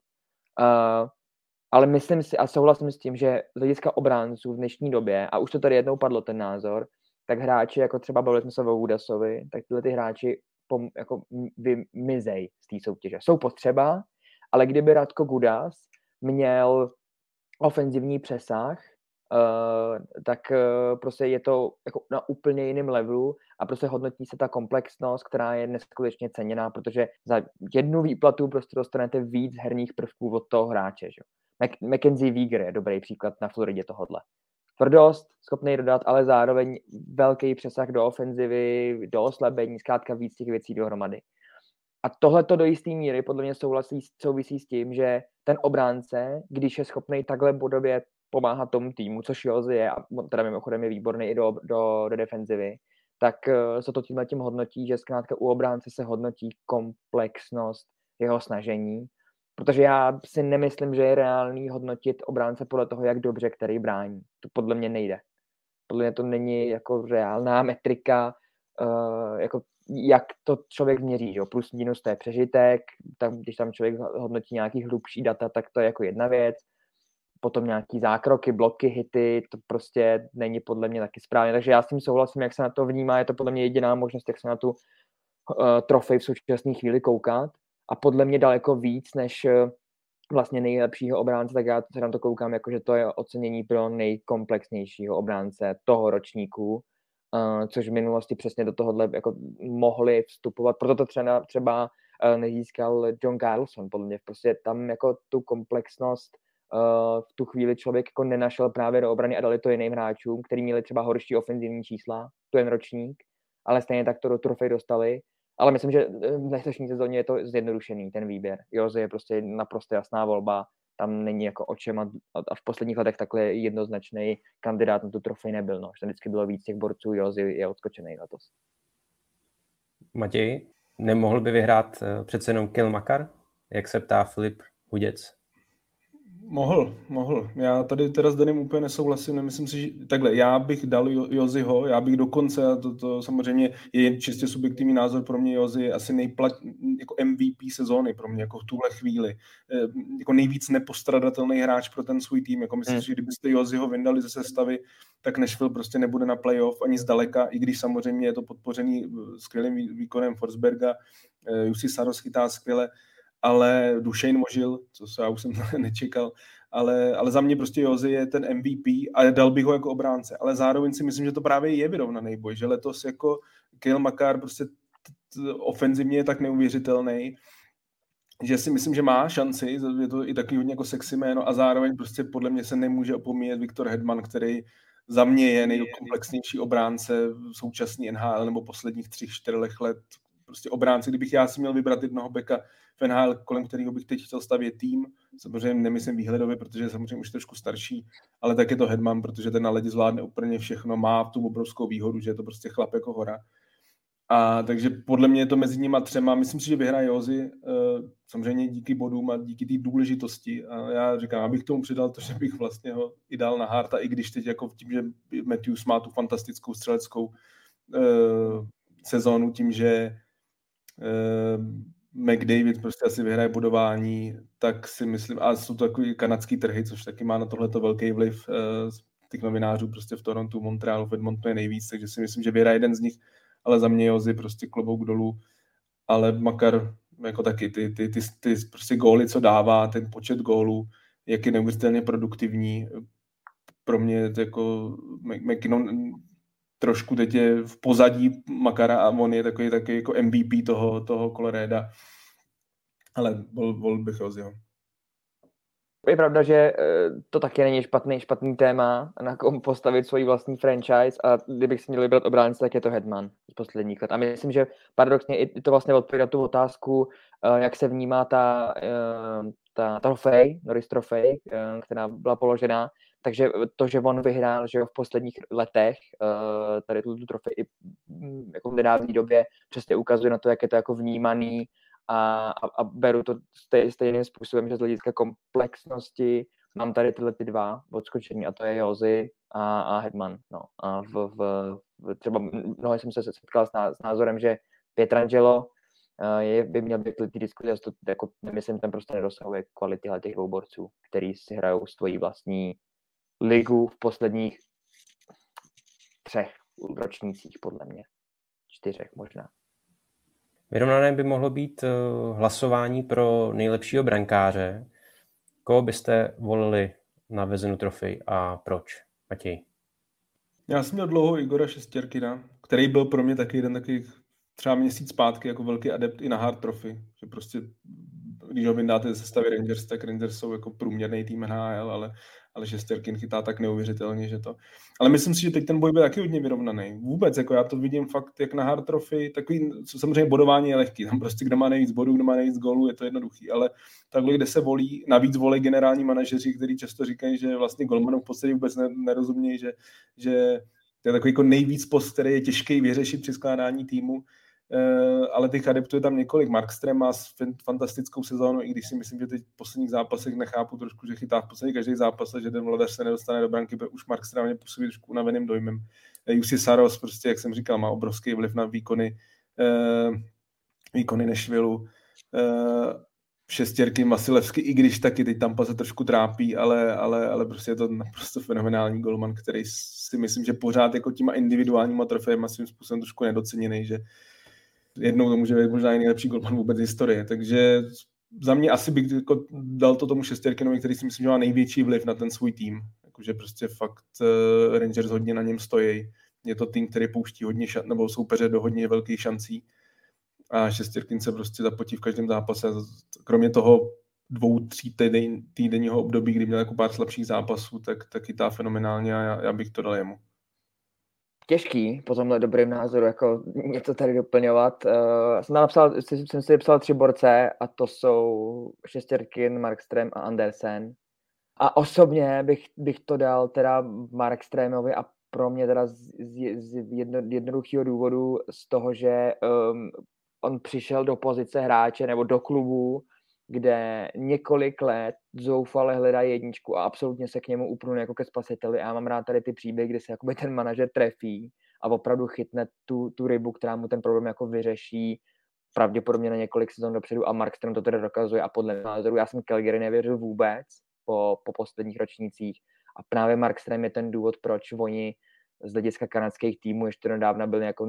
Ale myslím si a souhlasím s tím, že z hlediska obránců v dnešní době, a už to tady jednou padlo ten názor, tak hráči, jako třeba bavili jsme se o Hudasovi, tak tyhle ty hráči jako vymizej z té soutěže. Jsou potřeba, ale kdyby Radko Gudas měl ofenzivní přesah, tak prostě je to jako na úplně jiném levelu a prostě hodnotí se ta komplexnost, která je neskutečně ceněná, protože za jednu výplatu prostě dostanete víc herních prvků od toho hráče. Že? Mackenzie Weegar je dobrý příklad na Floridě tohodle. Tvrdost, schopný dodat, ale zároveň velký přesah do ofenzivy, do oslabení, zkrátka víc těch věcí dohromady. A tohleto do jisté míry podle mě souvisí s tím, že ten obránce, když je schopný takhle bodově pomáhat tomu týmu, což Josi je, a teda mimochodem je výborný i do defenzivy, tak se to tím hodnotí, že zkrátka u obránce se hodnotí komplexnost jeho snažení, protože já si nemyslím, že je reálný hodnotit obránce podle toho, jak dobře který brání. To podle mě nejde. Podle mě to není jako reálná metrika, jako jak to člověk měří, jo? Plus minus to je přežitek, tam, když tam člověk hodnotí nějaký hlubší data, tak to je jako jedna věc, potom nějaký zákroky, bloky, hity, to prostě není podle mě taky správně, takže já s tím souhlasím, jak se na to vnímá, je to podle mě jediná možnost, jak se na tu trofej v současné chvíli koukat a podle mě daleko víc než vlastně nejlepšího obránce, tak já se na to koukám, jako že to je ocenění pro nejkomplexnějšího obránce toho ročníku, což v minulosti přesně do tohohle jako mohli vstupovat, proto to třeba nezískal John Carlson, podle mě prostě tam jako tu komplexnost v tu chvíli člověk jako nenašel právě do obrany a dali to jiným hráčům, který měli třeba horší ofenzivní čísla, to jen ročník, ale stejně tak to do trofej dostali. Ale myslím, že v letošní sezóně je to zjednodušený, ten výběr. Jozy je prostě naprosto jasná volba, tam není jako o čem a v posledních letech takhle jednoznačný kandidát na tu trofej nebyl. No. Tam vždycky bylo víc těch borců, Jozy je odskočený letos. Matěj, nemohl by vyhrát přece jenom Kyle Makar, jak se ptá Filip Huděc? Mohl. Já tady teda s Danem úplně nesouhlasím, nemyslím si, že takhle, já bych dal Jozyho, já bych dokonce, a to samozřejmě je čistě subjektivní názor, pro mě Jozy je asi jako MVP sezóny pro mě, jako v tuhle chvíli, jako nejvíc nepostradatelný hráč pro ten svůj tým, jako myslím si, že kdybyste Jozyho vyndali ze sestavy, tak Nashville prostě nebude na playoff ani zdaleka, i když samozřejmě je to podpořený skvělým výkonem Forsberga, Jussi Saros chytá skvěle, ale Dušejn Možil, co já už jsem nečekal, ale za mě prostě Jozy je ten MVP a dal bych ho jako obránce, ale zároveň si myslím, že to právě je vyrovnaný boj, že letos jako Kyle Makar prostě ofenzivně je tak neuvěřitelný, že si myslím, že má šanci, je to i takový hodně jako sexy jméno a zároveň prostě podle mě se nemůže opomíjet Viktor Hedman, který za mě je nejkomplexnější obránce v současný NHL nebo posledních 3-4 let, prostě obránci, kdybych já si měl vybrat jednoho beka v NHL, kolem kterého bych teď chtěl stavět tým, samozřejmě nemyslím výhledově, protože je samozřejmě už trošku starší, ale tak je to Hedman, protože ten na ledě zvládne úplně všechno, má tu obrovskou výhodu, že je to prostě chlap jako hora. A takže podle mě je to mezi nima třema, myslím si, že vyhraje Jozy, samozřejmě díky bodům a díky té důležitosti. A já říkám, abych tomu přidal to, že bych vlastně ho i dal na Harta, i když teď jako tím, že Matthews má tu fantastickou střeleckou sezónu, tím, že McDavid prostě asi vyhraje bodování, tak si myslím, a jsou to takový kanadský trhy, což taky má na tohleto velký vliv těch novinářů prostě v Torontu, Montrealu, v Edmontonu je nejvíc, takže si myslím, že vyhraje jeden z nich, ale za mě Jozy prostě klobouk dolů, ale Makar jako taky ty prostě góly, co dává, ten počet gólů, jak je neuvěřitelně produktivní, pro mě je to jako McKinnon trošku teď je v pozadí Makara a on je takový jako MVP toho Colorada. Ale vol bych Jozyho. Je pravda, že to taky není špatný téma, na kom postavit svoji vlastní franchise a kdybych si měl vybrat obránce, tak je to Hedman z posledních let. A myslím, že paradoxně i to vlastně odpovídá tu otázku, jak se vnímá ta trofej, Norris trofej, která byla položena. Takže to, že on vyhrál, že v posledních letech tady tu trofej i jako v nedávné době přesně ukazuje na to, jak je to jako vnímaný a beru to stejným způsobem, že z hlediska komplexnosti mám tady tyhle ty dva odskočení a to je Jozy a Hedman. No. A třeba mnoho jsem se setkal s názorem, že Pietrangelo by měl být ty diskuze, jako nemyslím, ten prostě nedosahuje kvality těch dvou borců, který si hrajou svoji vlastní ligu v posledních 3 ročnících, podle mě. 4 možná. Vyrovnané by mohlo být hlasování pro nejlepšího brankáře. Koho byste volili na Vezinu trofej a proč? Matěj. Já jsem měl dlouho Igora Šestěrkina, který byl pro mě taky jeden takových třeba měsíc zpátky jako velký adept i na Hart Trophy. Že prostě, když ho vyndáte ze sestavy Rangers, tak Rangers jsou jako průměrný tým NHL, ale Šestěrkin chytá tak neuvěřitelně, že to... Ale myslím si, že teď ten boj byl taky hodně vyrovnaný. Vůbec, jako já to vidím fakt jak na Hart Trophy, takový, samozřejmě bodování je lehký, tam prostě kdo má nejvíc bodů, kdo má nejvíc gólů, je to jednoduchý, ale takhle, kde se volí, navíc volí generální manažeři, kteří často říkají, že vlastně golmanům v podstatě vůbec nerozumějí, že to je takový jako nejvíc post, který je těžký vyřešit při skládání týmu. Ale těch adeptů je tam několik. Markström má fantastickou sezónu, i když si myslím, že teď v posledních zápasech nechápu trošku, že chytá v podstatě každý zápas, že ten vladař se nedostane do branky, protože už Markström mě působí trošku unaveným dojmem. Jussi Saros, prostě, jak jsem říkal, má obrovský vliv na výkony Nashvilleu. Šestěrky Vasilevsky, i když taky teď Tampa se trošku trápí, ale prostě je to naprosto fenomenální golman, který si myslím, že pořád jako těma individuálníma trofejema svým způsobem trošku nedoceněný, že jednou to může být možná i nejlepší golman vůbec historie, takže za mě asi bych jako dal to tomu Shesterkinovi, který si myslím, že má největší vliv na ten svůj tým, jakože prostě fakt Rangers hodně na něm stojí, je to tým, který pouští hodně nebo soupeře do hodně velkých šancí a Shesterkin se prostě zapotí v každém zápase, kromě toho 2-3 týdenního období, kdy měl jako pár slabších zápasů, tak chytá fenomenálně a já bych to dal jemu. Těžký po tomhle dobrým názoru jako něco tady doplňovat. Jsem si psal 3 borce a to jsou Shesterkin, Markström a Andersen. A osobně bych to dal teda Markströmovi a pro mě teda z jednoduchého důvodu z toho, že on přišel do pozice hráče nebo do klubu, kde několik let zoufale hledá jedničku a absolutně se k němu upnul jako ke spasiteli. A já mám rád tady ty příběhy, kdy se jakoby ten manažer trefí a opravdu chytne tu rybu, která mu ten problém jako vyřeší pravděpodobně na několik sezon dopředu a Markström to teda dokazuje a podle názoru já jsem Calgary nevěřil vůbec po posledních ročnících a právě Markström je ten důvod, proč oni z hlediska kanadských týmů ještě nedávna byli jako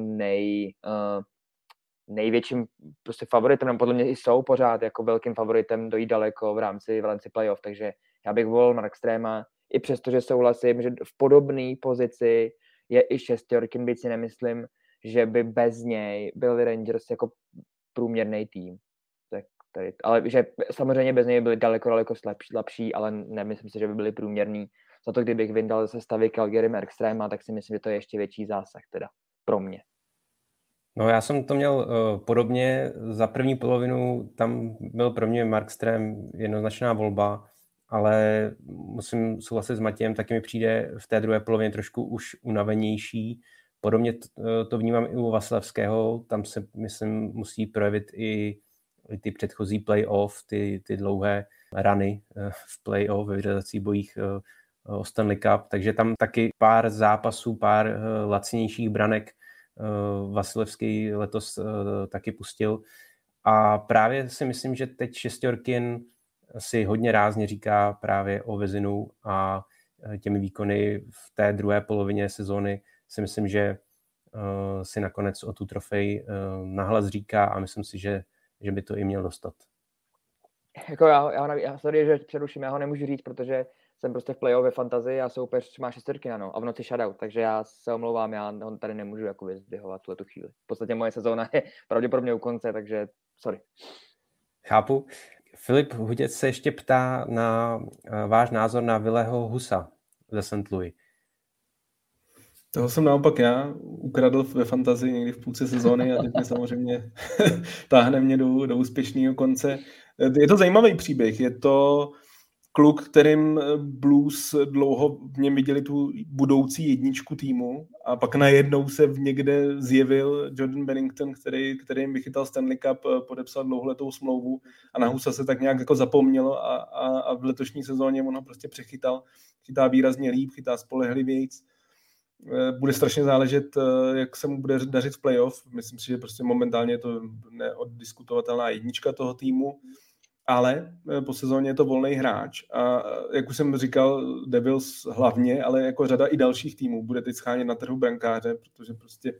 největším prostě favoritem, no podle mě i jsou pořád jako velkým favoritem dojít daleko v rámci playoff, takže já bych volil Markströma, i přesto, že souhlasím, že v podobné pozici je i Shesterkin, byť si nemyslím, že by bez něj byli Rangers jako průměrný tým. Tak tady, ale že samozřejmě bez něj byli daleko slabší, ale nemyslím si, že by byli průměrný. Za to, kdybych vyndal ze stavy Calgary Markströma, tak si myslím, že to je ještě větší zásah teda pro mě. No já jsem to měl podobně, za první polovinu tam byl pro mě Markström jednoznačná volba, ale musím souhlasit s Matějem, taky mi přijde v té druhé polovině trošku už unavenější. Podobně to vnímám i u Vasilevského, tam se myslím musí projevit i ty předchozí playoff, ty dlouhé runy v playoff, ve vyřazovacích bojích o Stanley Cup, takže tam taky pár zápasů, pár lacinějších branek Vasilevský letos taky pustil a právě si myslím, že teď Shesterkin si hodně rázně říká právě o Vezinu a těmi výkony v té druhé polovině sezóny si myslím, že si nakonec o tu trofej nahlas říká a myslím si, že by to i měl dostat. Jako já sorry, že přeruším, já ho nemůžu říct, protože jsem prostě v playoff ve fantazii a soupeř má Shesterkina, no, a v noci shutout, takže já se omlouvám, já ho tady nemůžu jako vyzdvihovat tu chvíli. V podstatě moje sezóna je pravděpodobně u konce, takže sorry. Chápu. Filip Huděc se ještě ptá na váš názor na Villeho Husa ze St. Louis. Toho jsem naopak já ukradl ve fantazii někdy v půlce sezóny a teď mě samozřejmě táhne mě do úspěšného konce. Je to zajímavý příběh, je to kluk, kterým Blues dlouho v něm viděli tu budoucí jedničku týmu a pak najednou se někde zjevil Jordan Binnington, který jim vychytal Stanley Cup, podepsal dlouholetou smlouvu a na Husa se tak nějak jako zapomnělo a v letošní sezóně on ho prostě přechytal. Chytá výrazně líp, chytá spolehlivějc. Bude strašně záležet, jak se mu bude dařit v playoff. Myslím si, že prostě momentálně je to neoddiskutovatelná jednička toho týmu, ale po sezóně je to volný hráč a jak už jsem říkal, Devils hlavně, ale jako řada i dalších týmů bude teď schánět na trhu brankáře, protože prostě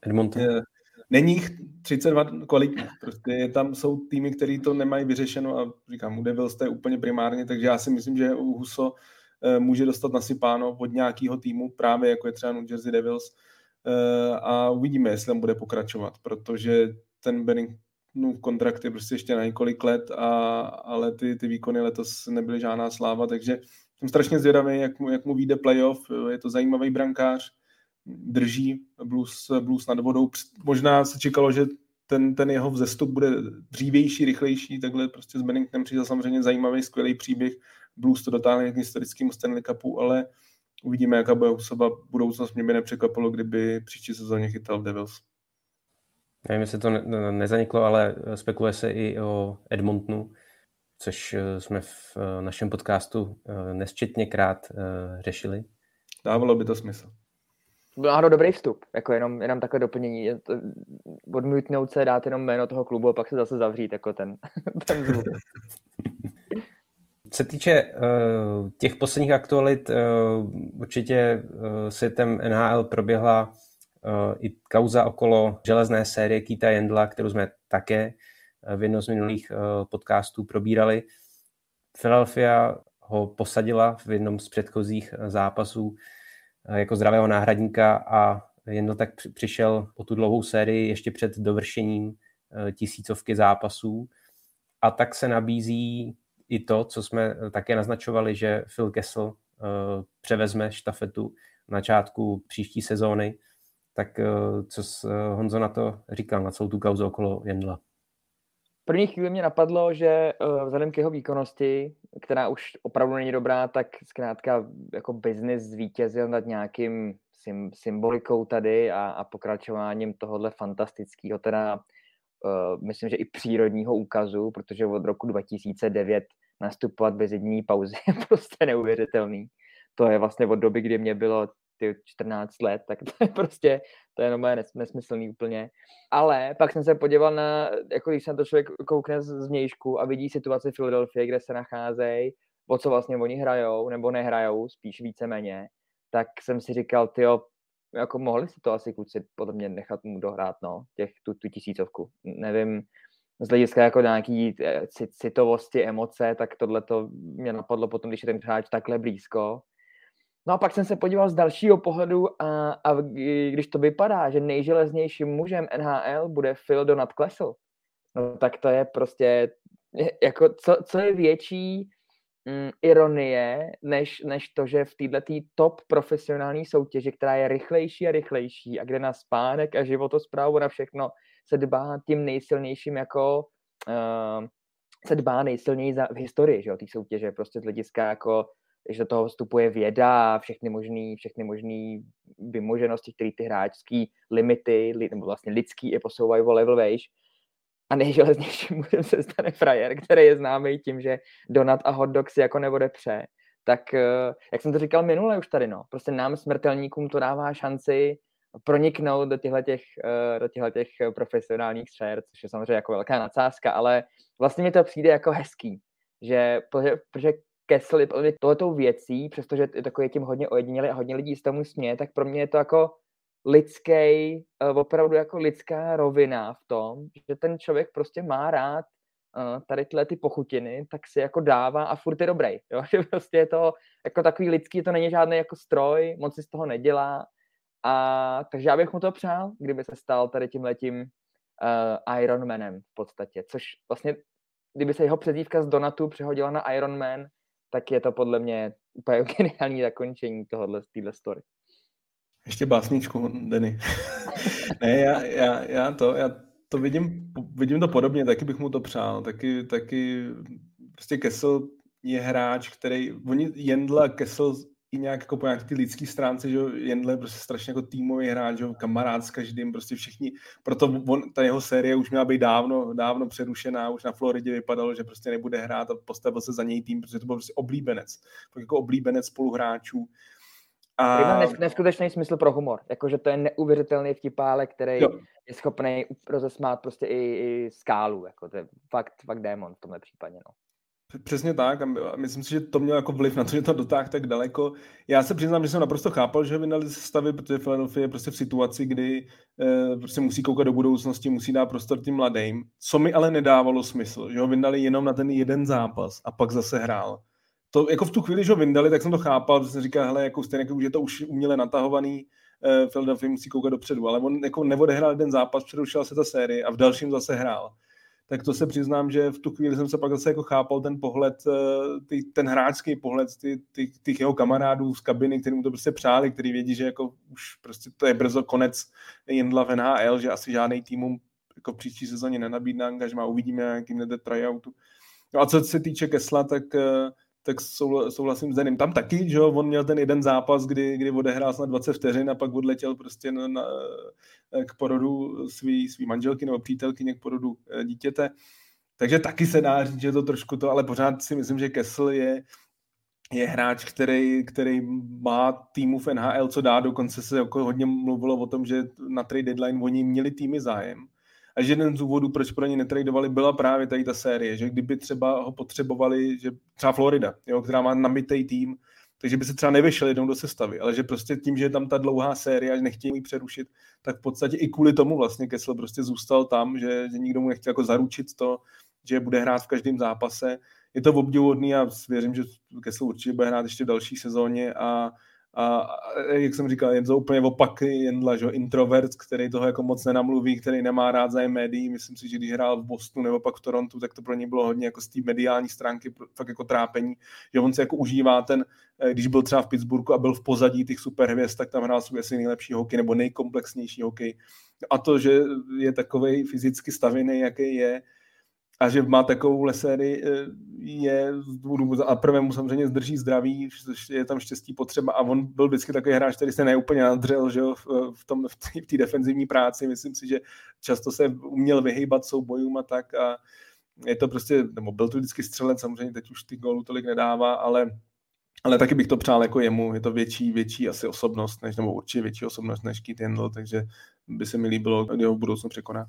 není jich 32 kvalitních. Prostě tam jsou týmy, který to nemají vyřešeno a říkám, u Devils to je úplně primárně, takže já si myslím, že u Huso může dostat nasypáno od nějakého týmu, právě jako je třeba New Jersey Devils a uvidíme, jestli tam bude pokračovat, protože ten Benningtonův kontrakt je prostě ještě na několik let, ale ty výkony letos nebyly žádná sláva, takže jsem strašně zvědavý, jak mu vyjde playoff, je to zajímavý brankář, drží Blues nad vodou, možná se čekalo, že ten jeho vzestup bude dřívější, rychlejší, takhle prostě s Benningtonem přijde samozřejmě zajímavý, skvělý příběh, Blues to dotáhne k historickému Stanley Cupu, ale uvidíme, jaká bude Husova budoucnost. Mě by nepřekvapilo, kdyby příští sezóně chytal Devils. Nevím, jestli to nezaniklo, ale spekuluje se i o Edmontonu, což jsme v našem podcastu nesčetněkrát řešili. Dávalo by to smysl. Byl dobrý vstup, jako jenom takové doplnění. Odmítnout se, dát jenom jméno toho klubu a pak se zase zavřít, jako ten zvuk. Co se týče těch posledních aktualit, určitě světem NHL proběhla i kauza okolo železné série Keitha Yandla, kterou jsme také v jednom z minulých podcastů probírali. Philadelphia ho posadila v jednom z předchozích zápasů jako zdravého náhradníka a Yandl tak přišel o tu dlouhou sérii ještě před dovršením 1000 zápasů. A tak se nabízí i to, co jsme také naznačovali, že Phil Kessel převezme štafetu na začátku příští sezóny. Tak co Honzo na to říkal, na celou tu kauzu okolo Yandla? První chvíli mě napadlo, že vzhledem k jeho výkonnosti, která už opravdu není dobrá, tak zkrátka jako biznis zvítězil nad nějakým symbolikou tady a pokračováním tohohle fantastického, teda myslím, že i přírodního úkazu, protože od roku 2009 nastupovat bez jediné pauzy je prostě neuvěřitelný. To je vlastně od doby, kdy mě bylo 14 let, tak to je prostě, to je normálně nesmyslný úplně. Ale pak jsem se podíval na, jako když se na to člověk koukne z vnějšku a vidí situaci Philadelphia, kde se nacházejí, o co vlastně oni hrajou, nebo nehrajou, spíš víceméně, tak jsem si říkal, tyjo, jako mohli si to asi kluci podle mě nechat mu dohrát, no, tu 1000. Nevím, z hlediska jako nějaký citovosti, emoce, tak tohle to mě napadlo potom, když je ten hráč takhle blízko. No a pak jsem se podíval z dalšího pohledu a když to vypadá, že nejželeznějším mužem NHL bude Phil Donat Kessel, no tak to je prostě, jako co je větší ironie, než to, že v této top profesionální soutěži, která je rychlejší a rychlejší a kde na spánek a životosprávu na všechno se dbá tím nejsilnějším jako se dbá nejsilněji v historii, že jo, té soutěže, prostě z hlediska jako že do toho vstupuje věda a všechny možný vymoženosti, které ty hráčský limity, nebo vlastně lidský je posouvají o level vejš. A nejželeznějším mužem se stane frajer, který je známý tím, že donut a hot dog si jako neodepře. Tak, jak jsem to říkal minule už tady, no, prostě nám smrtelníkům to dává šanci proniknout do těchto profesionálních sfér, což je samozřejmě jako velká nadsázka, ale vlastně mi to přijde jako hezký, že protože Kessel je tohletou věcí, přestože je takový tím hodně ojedinělý a hodně lidí z tomu směje, tak pro mě je to jako opravdu jako lidská rovina v tom, že ten člověk prostě má rád tady ty pochutiny, tak si jako dává a furt je dobrý. Jo? Že prostě je to jako takový lidský, to není žádný jako stroj, moc si z toho nedělá. A takže já bych mu to přál, kdyby se stal tady tímhletím Ironmanem v podstatě, což vlastně, kdyby se jeho přezdívka z Donatu přehodila na Ironman, tak je to podle mě úplně geniální zakončení téhle story. Ještě básničku, Denny. Ne, já to vidím to podobně, taky bych mu to přál. Taky prostě Kessel je hráč, který, Yandla, Kessel i nějak jako po nějaké ty lidský stránce, že Yandle je prostě strašně jako týmový hráč, že kamarád s každým, prostě všichni, proto ta jeho série už měla být dávno přerušená, už na Floridě vypadalo, že prostě nebude hrát a postavil se za něj tým, protože to byl prostě oblíbenec, jako oblíbenec spoluhráčů. A má neskutečný smysl pro humor, jakože to je neuvěřitelný vtipálek, který je schopný rozesmát prostě i skálu, jako to je fakt démon v tomhle případě, no. Přesně tak a myslím si, že to mělo jako vliv na to, že to dotáhl tak daleko. Já se přiznám, že jsem naprosto chápal, že vydali sestavy, protože Philadelphia je prostě v situaci, kdy prostě musí koukat do budoucnosti, musí dát prostor tím mladým, co mi ale nedávalo smysl, že ho vydali jenom na ten jeden zápas a pak zase hrál. To jako v tu chvíli, že ho vyndali, tak jsem to chápal, že jsem říkal, hele, jako stejně, už je to už uměle natahovaný, Philadelphia musí koukat dopředu, ale on jako neodehrál jeden zápas, přerušila se ta série a v dalším zase hrál. Tak to se přiznám, že v tu chvíli jsem se pak zase jako chápal ten pohled, ten hráčský pohled těch jeho kamarádů z kabiny, kterým to prostě přáli, který vědí, že jako už prostě to je brzo konec Yandla v NHL, že asi žádný týmům jako v příští sezóně nenabídne angažmá, uvidíme, jakým jde tryout. No a co se týče Kessla, tak souhlasím s Denim. Tam taky, že on měl ten jeden zápas, kdy odehrál snad 20 vteřin a pak odletěl prostě k porodu svý manželky nebo přítelkyně k porodu dítěte. Takže taky se dá říct, že to trošku to, ale pořád si myslím, že Kessel je hráč, který má týmu v NHL co dá, dokonce se jako hodně mluvilo o tom, že na trade deadline oni měli týmy zájem. A že jeden z důvodů, proč pro ně netradovali, byla právě tady ta série, že kdyby třeba ho potřebovali, že třeba Florida, jo, která má nabitý tým, takže by se třeba nevyšel jednou do sestavy, ale že prostě tím, že je tam ta dlouhá série a nechtějí ji přerušit, tak v podstatě i kvůli tomu vlastně Kessel prostě zůstal tam, že nikdo mu nechtěl jako zaručit to, že bude hrát v každém zápase. Je to obdivuhodný a věřím, že Kessel určitě bude hrát ještě v další sezóně a jak jsem říkal, je to úplně opak Jendla, že introvert, který toho jako moc nenamluví, který nemá rád zájem médií. Myslím si, že když hrál v Bostonu nebo pak v Torontu, tak to pro něj bylo hodně jako z té mediální stránky fakt jako trápení, že on se jako užívá když byl třeba v Pittsburghu a byl v pozadí těch superhvězd, tak tam hrál svůj asi nejlepší hokej nebo nejkomplexnější hokej. A to, že je takovej fyzicky stavěný, jaký je, a že má takovou sérii, je a prvému samozřejmě zdrží zdraví, je tam štěstí potřeba a on byl vždycky takový hráč, který se neúplně nadřel, že jo, v té defenzivní práci. Myslím si, že často se uměl vyhýbat soubojům a tak a je to prostě, nebo byl to vždycky střelec, samozřejmě teď už ty gólů tolik nedává, ale taky bych to přál jako jemu, je to větší asi osobnost, nebo určitě větší osobnost než Keith Yandle, takže by se mi líbilo, kdy ho v budoucnu překoná.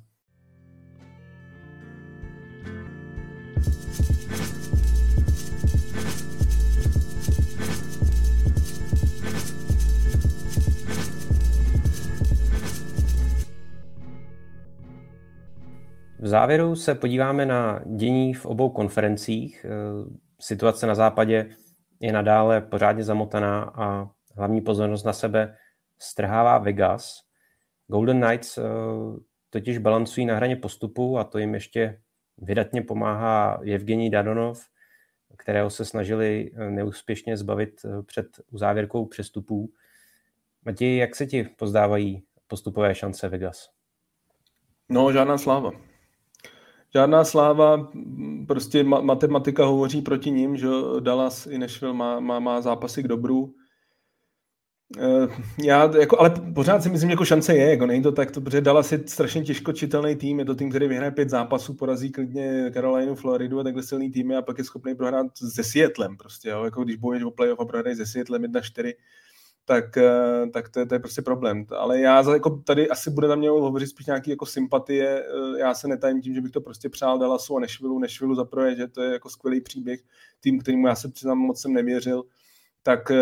V závěru se podíváme na dění v obou konferencích. Situace na západě je nadále pořádně zamotaná a hlavní pozornost na sebe strhává Vegas. Golden Knights totiž balancují na hraně postupu a to jim ještě vydatně pomáhá Evgenij Dadonov, kterého se snažili neúspěšně zbavit před uzávěrkou přestupů. Matěj, jak se ti pozdávají postupové šance Vegas? No, žádná sláva, prostě matematika hovoří proti ním, že Dallas i Nashville má zápasy k dobru. Ale pořád si myslím, že jako šance je, jako není to tak, protože Dallas je strašně těžko čitelný tým, je to tým, který vyhraje 5 zápasů, porazí klidně Carolinu, Floridu a takhle silný týmy a pak je schopný prohrát se Seattlem prostě, jo? Jako když bojuješ o playoff a prohraješ se Seattlem 1-4, tak to je prostě problém. Ale já jako tady asi bude tam mělo hovořit spíš nějaký jako sympatie. Já se netajím tím, že bych to prostě přál Dallasu a Nashvilleu zaprvé, že to je jako skvělý příběh. Tým, kterému já se přiznám moc jsem nevěřil, tak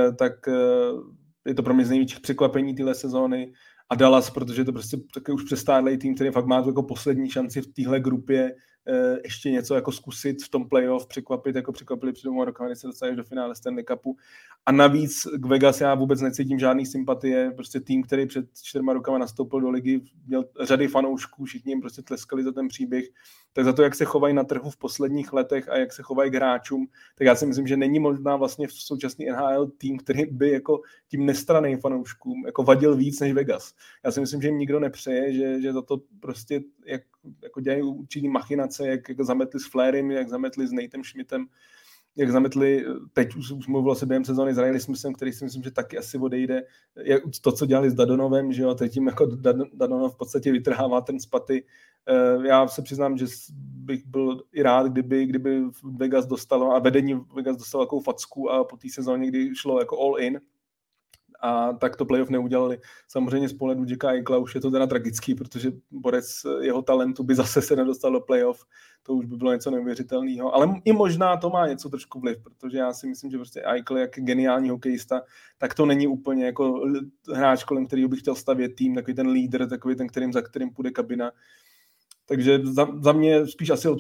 je to pro mě z největších překvapení téhle sezóny. A Dallas, protože to prostě taky už přestárlej tým, který fakt má jako poslední šanci v téhle grupě ještě něco jako zkusit v tom playoff, překvapili před 2 rokama, když se dostali do finále Stanley Cupu. A navíc k Vegas já vůbec necítím žádný sympatie, prostě tým, který před 4 rokama nastoupil do ligy, měl řady fanoušků, všichni jim prostě tleskali za ten příběh, tak za to, jak se chovají na trhu v posledních letech a jak se chovají k hráčům, tak já si myslím, že není možná vlastně v současný NHL tým, který by jako tím nestranným fanouškům jako vadil víc než Vegas. Já si myslím, že jim nikdo nepřeje, že za to prostě jako dělají určitý machinace, jak zametli s Flairem, jak zametli s Natem Schmidtem, jak zametli, teď už mluvilo se během sezóny s Riley Smithem, který si myslím, že taky asi odejde. To, co dělali s Dadonovem, že jo, teď jim jako Dadonov v podstatě vytrhává ten spaty. Já se přiznám, že bych byl i rád, kdyby Vegas dostalo a vedení Vegas dostalo takovou facku a po té sezóně, kdy šlo jako all in, a tak to playoff neudělali. Samozřejmě z pohledu Jacka Eichla už je to teda tragický, protože borec jeho talentu by zase se nedostal do playoff. To už by bylo něco neuvěřitelného. Ale i možná to má něco trošku vliv, protože já si myslím, že prostě Eichel, jak geniální hokejista, tak to není úplně jako hráč, kolem kterého bych chtěl stavět tým, takový ten lídr, takový ten, za kterým půjde kabina. Takže za mě spíš asi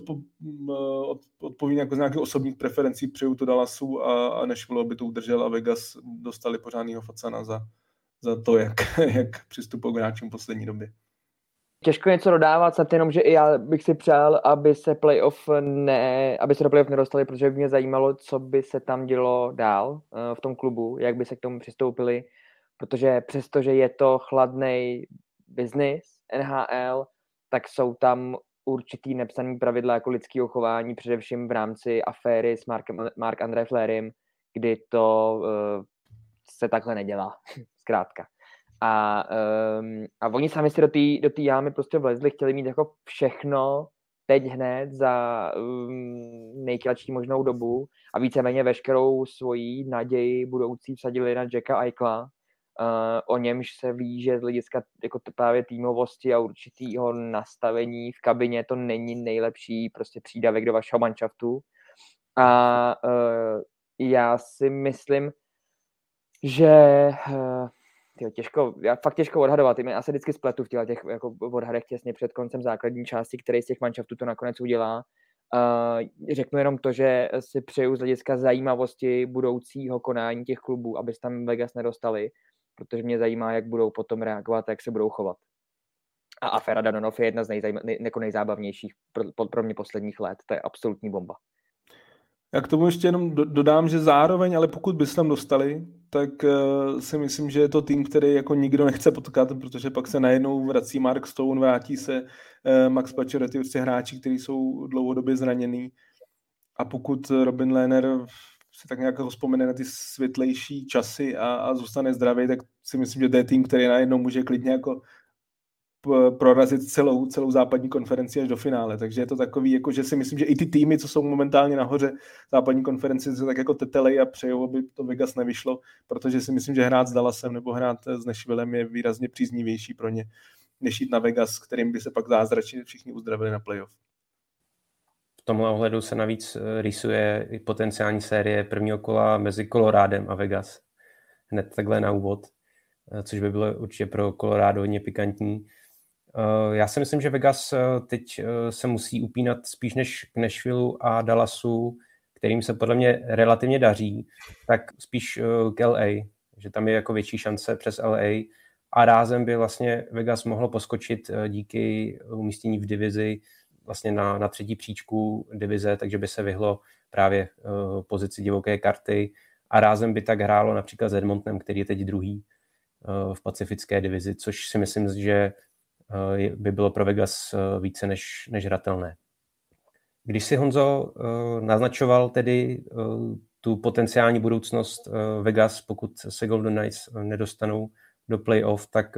odpovím jako z nějakých osobních preferencí, přeju to Dallasu a Nashville by to udržel a Vegas dostali pořádnýho facana za to, jak přistupují k hráčům v poslední době. Těžko něco dodávat, snad jenom, že i já bych si přál, aby se do playoff nedostali, protože by mě zajímalo, co by se tam dělo dál v tom klubu, jak by se k tomu přistoupili, protože přestože je to chladnej biznis NHL, tak jsou tam určitý nepsaný pravidla jako lidského chování, především v rámci aféry s Marc-André Fleurim, kdy to se takhle nedělá, zkrátka. A oni sami si do té jámy prostě vlezli, chtěli mít jako všechno teď hned za nejkratší možnou dobu a víceméně veškerou svoji naději budoucí vsadili na Jacka Eichla. O němž se ví, že z hlediska jako právě týmovosti a určitýho nastavení v kabině to není nejlepší prostě přídavek do vašeho manšaftu. A já si myslím, že fakt těžko odhadovat. Já se vždycky spletu v těch jako odhadech těsně před koncem základní části, který z těch manšaftů to nakonec udělá. Řeknu jenom to, že si přeju z hlediska zajímavosti budoucího konání těch klubů, aby se tam Vegas nedostali, protože mě zajímá, jak budou potom reagovat a jak se budou chovat. A aféra Dadonov je jedna z nejzábavnějších pro mě posledních let. To je absolutní bomba. Já k tomu ještě jenom dodám, že zároveň, ale pokud by se tam dostali, tak si myslím, že je to tým, který jako nikdo nechce potkat, protože pak se najednou vrací Mark Stone, vrátí se Max Pacioretty, prostě hráči, kteří jsou dlouhodobě zraněný. A pokud Robin Lehner si tak nějak vzpomene na ty světlejší časy a zůstane zdravý, tak si myslím, že to je tým, který najednou může klidně jako prorazit celou západní konferenci až do finále. Takže je to takový, jako, že si myslím, že i ty týmy, co jsou momentálně nahoře západní konferenci, se tak jako tetelej a přejou, aby to Vegas nevyšlo, protože si myslím, že hrát s Dallasem nebo hrát s Nashvillem je výrazně příznivější pro ně, než jít na Vegas, kterým by se pak zázračně všichni uzdravili na playoff. V tomhle ohledu se navíc rýsuje i potenciální série prvního kola mezi Colorádem a Vegas. Hned takhle na úvod, což by bylo určitě pro Colorado hodně pikantní. Já si myslím, že Vegas teď se musí upínat spíš než k Nashvilleu a Dallasu, kterým se podle mě relativně daří, tak spíš k LA, že tam je jako větší šance přes LA a rázem by vlastně Vegas mohlo poskočit díky umístění v divizi vlastně na třetí příčku divize, takže by se vyhlo právě pozici divoké karty a rázem by tak hrálo například s Edmontonem, který je teď druhý v pacifické divizi, což si myslím, že by bylo pro Vegas více než hratelné. Když si Honzo naznačoval tedy tu potenciální budoucnost Vegas, pokud se Golden Knights nedostanou do playoff, tak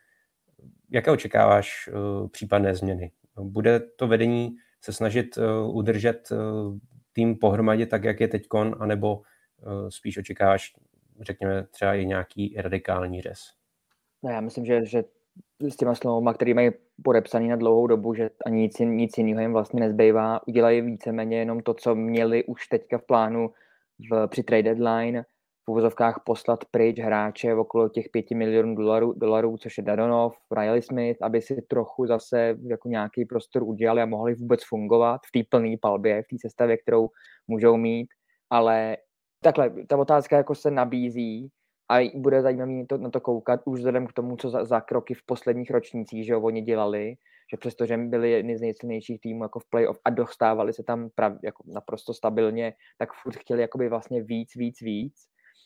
jaké očekáváš případné změny? Bude to vedení se snažit udržet tým pohromadě tak, jak je teďkon, anebo spíš očekáváš, řekněme, třeba i nějaký radikální řez? No, já myslím, že s těma slovama, který mají podepsaný na dlouhou dobu, že ani nic jiného jim vlastně nezbývá, udělají víceméně jenom to, co měli už teďka v plánu při trade deadline, v uvozovkách poslat pryč hráče okolo těch $5 milionů, což je Dadonov, Riley Smith, aby si trochu zase jako nějaký prostor udělali a mohli vůbec fungovat v té plné palbě, v té sestavě, kterou můžou mít, ale takhle, ta otázka jako se nabízí a bude zajímavý na to koukat už vzhledem k tomu, co za kroky v posledních ročnících, že oni dělali, že přestože byli jedni z nejsilnějších týmů jako v playoff a dostávali se tam jako naprosto stabilně, tak furt chtěli jakoby vlastně víc.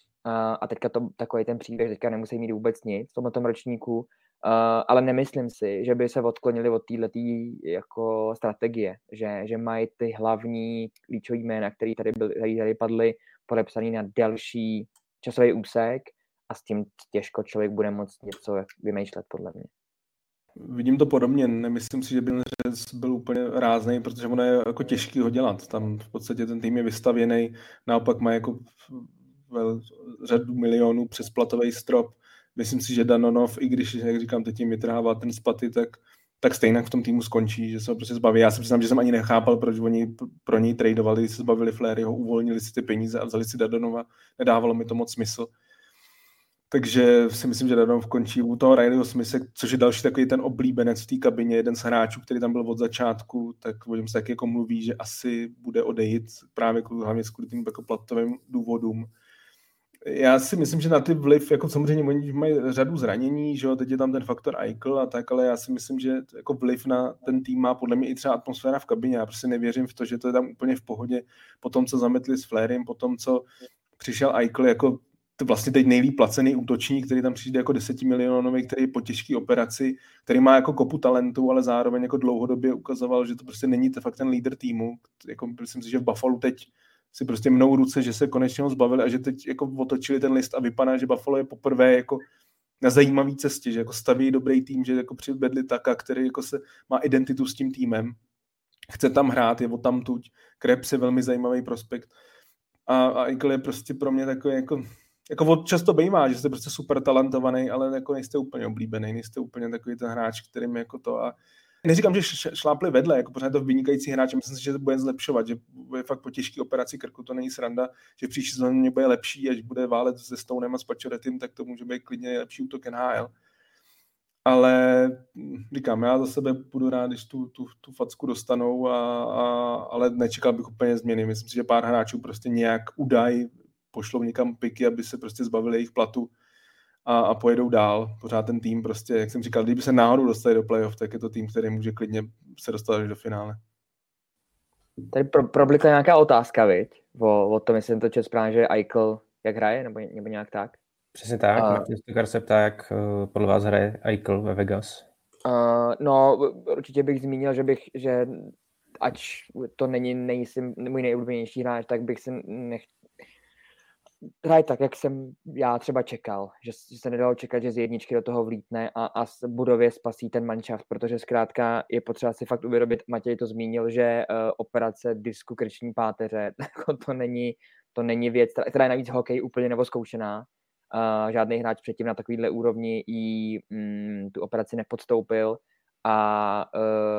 A teďka takový ten příběh, teďka nemusí mít vůbec nic v tomto ročníku, ale nemyslím si, že by se odklonili od této jako strategie, že mají ty hlavní klíčové jména, které tady padly, podepsaný na delší časový úsek a s tím těžko člověk bude moct něco vymýšlet, podle mě. Vidím to podobně, nemyslím si, že by byl úplně ráznej, protože ono je jako těžký ho dělat. Tam v podstatě ten tým je vystavěný, naopak má jako řadu milionů přes platový strop. Myslím si, že Dadonov, i když, jak říkám, teď jim vytrhává ten spaty, tak stejně v tom týmu skončí, že se ho prostě zbaví. Já si přiznám, že jsem ani nechápal, proč oni pro něj tradovali, když se zbavili Fleuryho, uvolnili si ty peníze a vzali si Dadonova. Nedávalo mi to moc smysl. Takže si myslím, že Dadonov končí u toho Rileyho Smithe, což je další takový ten oblíbenec v té kabině, jeden z hráčů, který tam byl od začátku, tak o něm se taky jako mluví, že asi bude odejít právě hlavně kvůli tím jako platovým důvodům. Já si myslím, že na ty vliv, jako samozřejmě oni mají řadu zranění, že jo, teď je tam ten faktor Eichel a tak, ale já si myslím, že jako vliv na ten tým má podle mě i třeba atmosféra v kabině. Já prostě nevěřím v to, že to je tam úplně v pohodě po tom, co zametli s Fleurym, po tom, co přišel Eichel jako vlastně teď nejlíp placený útočník, který tam přijde jako 10 milionový, který je po těžké operaci, který má jako kopu talentu, ale zároveň jako dlouhodobě ukazoval, že to prostě není fakt ten lídr týmu. Jako myslím si, že v Buffalo teď si prostě mnou ruce, že se konečně ho zbavili a že teď jako otočili ten list a vypadá, že Buffalo je poprvé jako na zajímavý cestě, že jako staví dobrý tým, že jako přivedli Taka, který jako se má identitu s tím týmem, chce tam hrát, je odtamtuť, Krebs je velmi zajímavý prospekt a Eichel je prostě pro mě takový jako často bývá, že jste prostě super talentovaný, ale jako nejste úplně oblíbený, nejste úplně takový ten hráč, kterým jako to Neříkám, že šlápli vedle, jako pořád to vynikající hráč, myslím si, že to bude zlepšovat, že bude fakt po těžké operaci krku, to není sranda, že příští sezóně bude lepší, až bude válet se Stonem a s Paciorettym, tak to může být klidně lepší útok NHL. Ale říkám, já za sebe budu rád, když tu facku dostanou, ale nečekal bych úplně změny. Myslím si, že pár hráčů prostě nějak udají, pošlou někam piky, aby se prostě zbavili jejich platu a pojedou dál. Pořád ten tým prostě, jak jsem říkal, kdyby se náhodou dostali do playoff, tak je to tým, který může klidně se dostat až do finále. Tady problikla nějaká otázka, viď? O tom, jestli jsem to četl správně, že Eichel jak hraje, nebo nějak tak? Přesně tak, Martin Stokar se ptá, jak podle vás hraje Eichel ve Vegas. No, určitě bych zmínil, že ač to nejsem můj nejoblíbenější hráč, tak bych si hraje tak, jak jsem já třeba čekal, že se nedalo čekat, že z jedničky do toho vlítne a budově spasí ten manšaft, protože zkrátka je potřeba si fakt uvědomit, Matěj to zmínil, že operace disku krční páteře, to není věc, která je navíc hokej úplně nevyzkoušená. Žádný hráč předtím na takovýhle úrovni tu operaci nepodstoupil a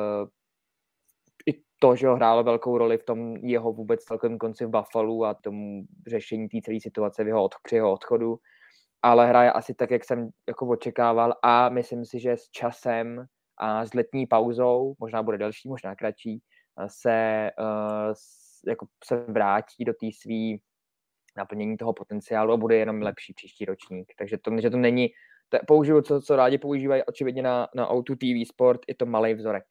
i to, že ho hrálo velkou roli v tom jeho vůbec celkovém konci v Buffalu a tomu řešení té celé situace při jeho odchodu, ale hraje asi tak, jak jsem jako očekával a myslím si, že s časem a s letní pauzou, možná bude delší, možná kratší, se vrátí do té svý naplnění toho potenciálu a bude jenom lepší příští ročník. Takže to není, použiju co rádi používají očividně na O2 TV Sport, je to malej vzorek.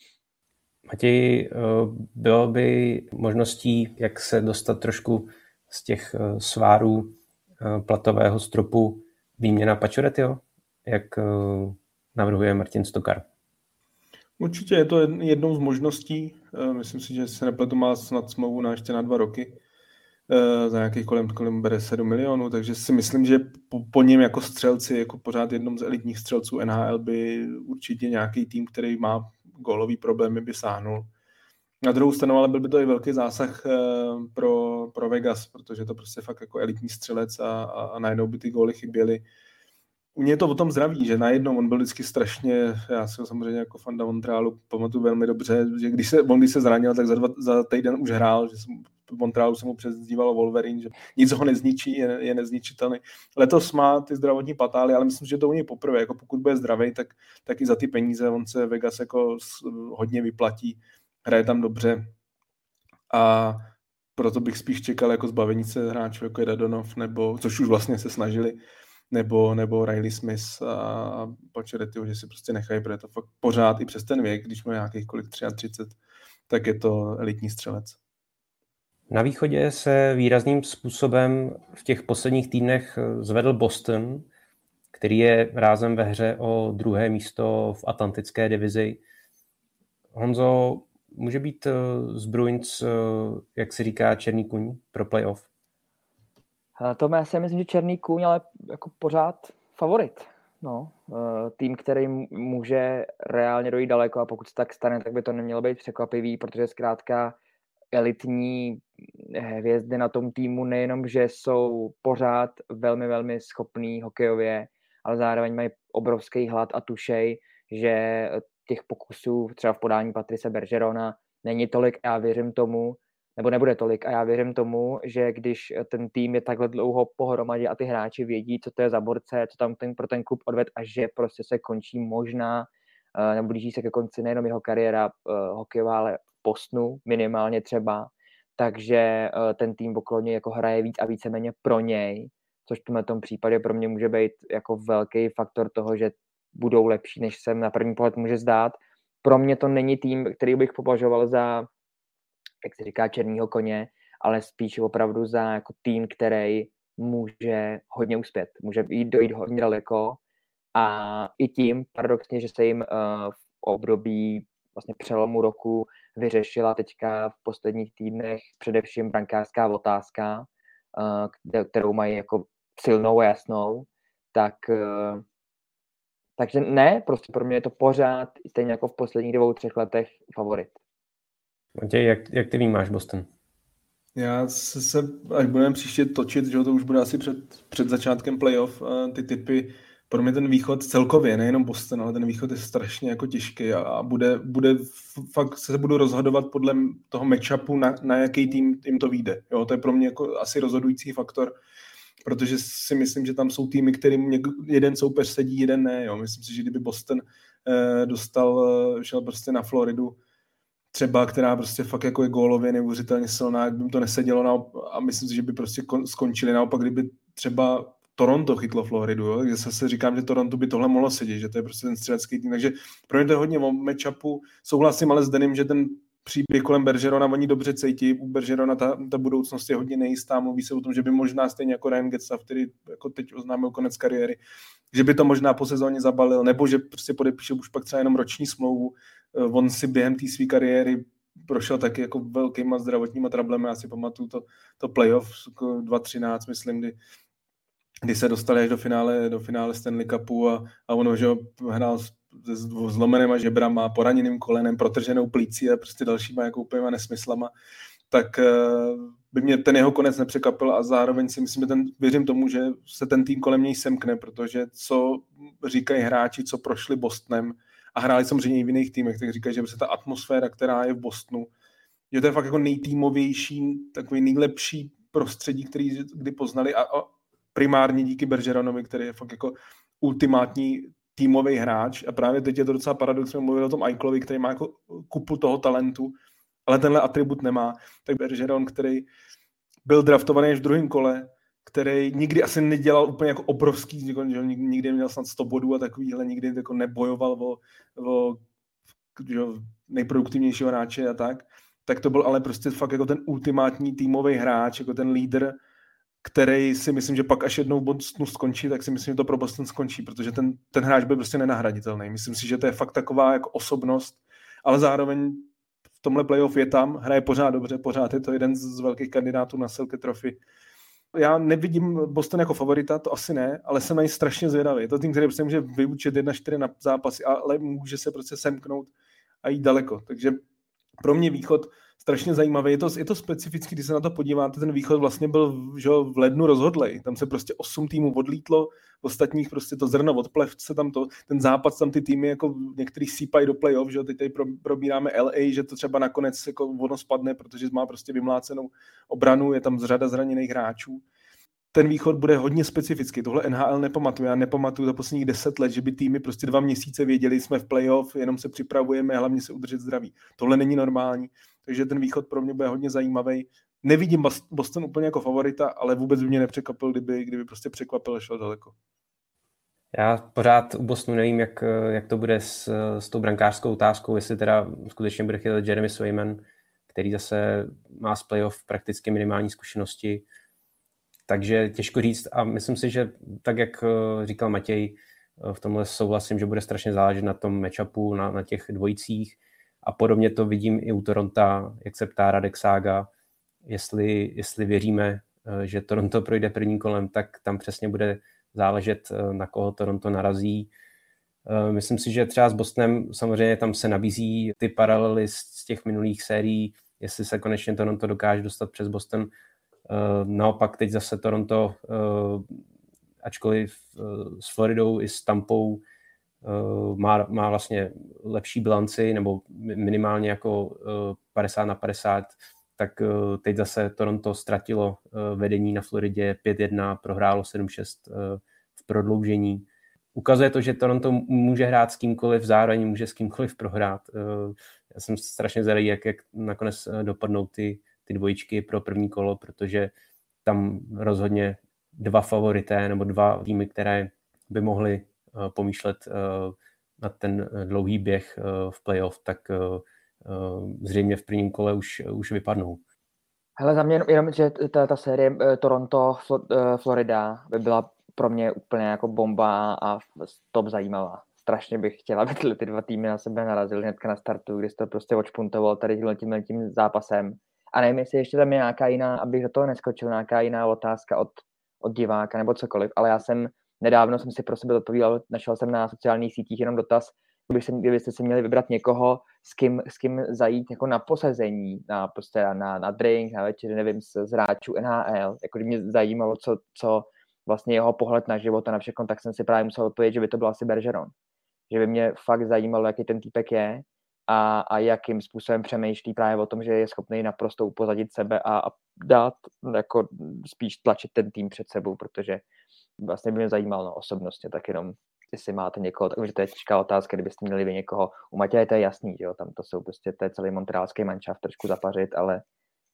Matěj, bylo by možností, jak se dostat trošku z těch svárů platového stropu výměna Paciorettyho, jak navrhuje Martin Stokar? Určitě je to jednou z možností. Myslím si, že se nepletu, má snad smlouvu ještě na 2 roky. Za nějakých kolem bere 7 milionů, takže si myslím, že po něm jako střelci, jako pořád jednom z elitních střelců NHL by určitě nějaký tým, který má gólový problémy, by sáhnul. Na druhou stranu, ale byl by to i velký zásah pro Vegas, protože to prostě fakt jako elitní střelec a najednou by ty góly chyběly. U mě je to o tom zdraví, že najednou on byl vždycky strašně, já si ho samozřejmě jako fanda Montrealu pamatuju velmi dobře, že když se zranil, tak za týden už hrál, že v Montrealu se mu přezdívalo Wolverine, že nic ho nezničí, je nezničitelný. Letos má ty zdravotní patály, ale myslím, že to u něj poprvé, jako pokud bude zdravý, tak i za ty peníze on se Vegas jako hodně vyplatí, hraje tam dobře a proto bych spíš čekal jako zbavení se hráčů jako je Dadonov, nebo, což už vlastně se snažili, nebo Riley Smith a Paciorettyho, že si prostě nechají, protože to fakt pořád i přes ten věk, když má nějakých kolik 33, tak je to elitní střelec. Na východě se výrazným způsobem v těch posledních týdnech zvedl Boston, který je rázem ve hře o 2. místo v atlantické divizi. Honzo, může být z Bruins, jak se říká, černý kůň pro playoff? Tome, já si myslím, že černý kůň, ale jako pořád favorit. No, tým, který může reálně dojít daleko a pokud se tak stane, tak by to nemělo být překvapivý, protože zkrátka elitní hvězdy na tom týmu nejenom, že jsou pořád velmi, velmi schopný hokejově, ale zároveň mají obrovský hlad a tušej, že těch pokusů třeba v podání Patrice Bergerona není tolik a já věřím tomu, nebo nebude tolik a já věřím tomu, že když ten tým je takhle dlouho pohromadě a ty hráči vědí, co to je za borce, co tam pro ten klub odved a že prostě se končí možná, nebo blíží se ke konci nejenom jeho kariéra hokejová, ale Bostonu minimálně třeba, takže ten tým okolo něj jako hraje víc a víceméně pro něj, což v tom případě pro mě může být jako velký faktor toho, že budou lepší, než se na první pohled může zdát. Pro mě to není tým, který bych považoval za, jak se říká, černýho koně, ale spíš opravdu za jako tým, který může hodně uspět, může dojít hodně daleko a i tím paradoxně, že se jim v období vlastně přelomu roku vyřešila teďka v posledních týdnech především brankářská otázka, kterou mají jako silnou a jasnou, takže ne, prostě pro mě je to pořád, stejně jako v posledních 2-3 letech, favorit. Matěj, jak ty vnímáš Boston? Já se až budeme příště točit, že to už bude asi před začátkem playoff, ty typy pro mě ten východ celkově, nejenom Boston, ale ten východ je strašně jako těžký a bude fakt se budu rozhodovat podle toho matchupu, na jaký tým jim to vyjde. Jo, to je pro mě jako asi rozhodující faktor, protože si myslím, že tam jsou týmy, kterým jeden soupeř sedí, jeden ne. Jo. Myslím si, že kdyby Boston šel prostě na Floridu, třeba, která prostě fakt jako je gólově neuvěřitelně silná, jak by to nesedělo a myslím si, že by prostě skončili. Naopak, kdyby třeba Toronto chytlo Floridu, jo? Takže se říkám, že Toronto by tohle mohlo sedět, že to je prostě ten střelecký tým. Takže pro mě to je hodně o matchupu. Souhlasím ale s Danem, že ten příběh kolem Bergerona oni dobře cítí. U Bergerona ta budoucnost je hodně nejistá. Mluví se o tom, že by možná stejně jako Ryan Getzlaff, který jako teď oznámil konec kariéry, že by to možná po sezóně zabalil, nebo že prostě podepíše už pak třeba jenom roční smlouvu. On si během té své kariéry prošel taky jako velkýma zdravotníma trablemi. Já si pamatuju to playoff 2013, myslím, kdy se dostali až do finále Stanley Cupu a ono, že hrál s zlomenýma žebrama, poraněným kolenem, protrženou plící a prostě dalšíma jako úplnýma nesmyslama, tak by mě ten jeho konec nepřekvapil a zároveň si myslím, že věřím tomu, že se ten tým kolem něj semkne, protože co říkají hráči, co prošli Bostonem a hráli samozřejmě i v jiných týmech, tak říkají, že prostě ta atmosféra, která je v Bostonu, že to je fakt jako nejtýmovější, takový nejlepší prostředí, který kdy poznali a primárně díky Bergeronovi, který je fakt jako ultimátní týmový hráč a právě teď je to docela paradox, jsme mluvili o tom Eichlovi, který má jako kupu toho talentu, ale tenhle atribut nemá. Tak Bergeron, který byl draftovaný až v druhém kole, který nikdy asi nedělal úplně jako obrovský, že nikdy měl snad 100 bodů a takovýhle, nikdy jako nebojoval o nejproduktivnějšího hráče a tak to byl ale prostě fakt jako ten ultimátní týmový hráč, jako ten lídr, který si myslím, že pak až jednou Bostonu skončí, tak si myslím, že to pro Boston skončí, protože ten hráč byl prostě nenahraditelný. Myslím si, že to je fakt taková jako osobnost, ale zároveň v tomhle playoff je tam, hraje pořád dobře, pořád je to jeden z velkých kandidátů na Selke Trophy. Já nevidím Boston jako favorita, to asi ne, ale jsem na něj strašně zvědavý. Je to tým, který prostě může vyučit 1-4 na zápasy, ale může se prostě semknout a jít daleko. Takže pro mě východ strašně zajímavý. Je to specifický, když se na to podíváte, ten východ vlastně byl v lednu rozhodlej. Tam se prostě 8 týmů odlítlo, ostatních prostě to zrno odplev se tam ten západ, tam ty týmy jako některý sípají do playoff, že teď tady probíráme LA, že to třeba nakonec jako ono spadne, protože má prostě vymlácenou obranu, je tam řada zraněných hráčů. Ten východ bude hodně specifický. Tohle NHL nepamatuju. Já nepamatuju za posledních 10 let, že by týmy prostě 2 měsíce věděli, jsme v playoff, jenom se připravujeme, hlavně se udržet zdraví. Tohle není normální. Takže ten východ pro mě bude hodně zajímavý. Nevidím Boston úplně jako favorita, ale vůbec by mě nepřekvapil, kdyby prostě překvapil a šel daleko. Já pořád u Bostonu nevím, jak to bude s tou brankářskou otázkou, jestli teda skutečně bude chytat Jeremy Swayman, který zase má z playoff prakticky minimální zkušenosti. Takže těžko říct a myslím si, že tak, jak říkal Matěj, v tomhle souhlasím, že bude strašně záležet na tom matchupu, na těch dvojicích a podobně to vidím i u Toronta, jak se ptá Radek Sága, jestli věříme, že Toronto projde prvním kolem, tak tam přesně bude záležet, na koho Toronto narazí. Myslím si, že třeba s Bostonem samozřejmě tam se nabízí ty paralely z těch minulých sérií, jestli se konečně Toronto dokáže dostat přes Boston. Naopak teď zase Toronto, ačkoliv s Floridou i s Tampou má vlastně lepší bilanci, nebo minimálně jako 50-50, tak teď zase Toronto ztratilo vedení na Floridě 5-1, prohrálo 7-6 v prodloužení. Ukazuje to, že Toronto může hrát s kýmkoliv, zároveň může s kýmkoliv prohrát. Já jsem strašně zvědavý, jak nakonec dopadnou ty dvojičky pro první kolo, protože tam rozhodně 2 favorité nebo 2 týmy, které by mohly pomýšlet na ten dlouhý běh v playoff, tak zřejmě v prvním kole už vypadnou. Hele, za mě jenom, že ta série Toronto-Florida by byla pro mě úplně jako bomba a top zajímavá. Strašně bych chtěla, aby ty 2 týmy na sebe narazily hnedka na startu, kdy jsi to prostě odšpuntoval tady tím zápasem. A nevím, jestli ještě tam je nějaká jiná, abych do toho neskočil, nějaká jiná otázka od diváka nebo cokoliv, ale nedávno jsem si pro sebe odpovídal, našel jsem na sociálních sítích jenom dotaz, kdybyste si měli vybrat někoho, s kým zajít jako na posezení, na drink, na večeři, nevím, z hráčů NHL, jako by mě zajímalo, co vlastně jeho pohled na život a na všechno, tak jsem si právě musel odpovědět, že by to byl asi Bergeron. Že by mě fakt zajímalo, jaký ten týpek je a jakým způsobem přemýšlí právě o tom, že je schopný naprosto upozadit sebe a dát, jako spíš tlačit ten tým před sebou, protože vlastně by mě zajímalo osobnostně, tak jenom jestli máte někoho, takže to je těžká otázka, kdybyste měli vy někoho, u Matěje to je jasný, že jo, tam to jsou prostě, to je celý montrealský manšaft trošku zapařit, ale...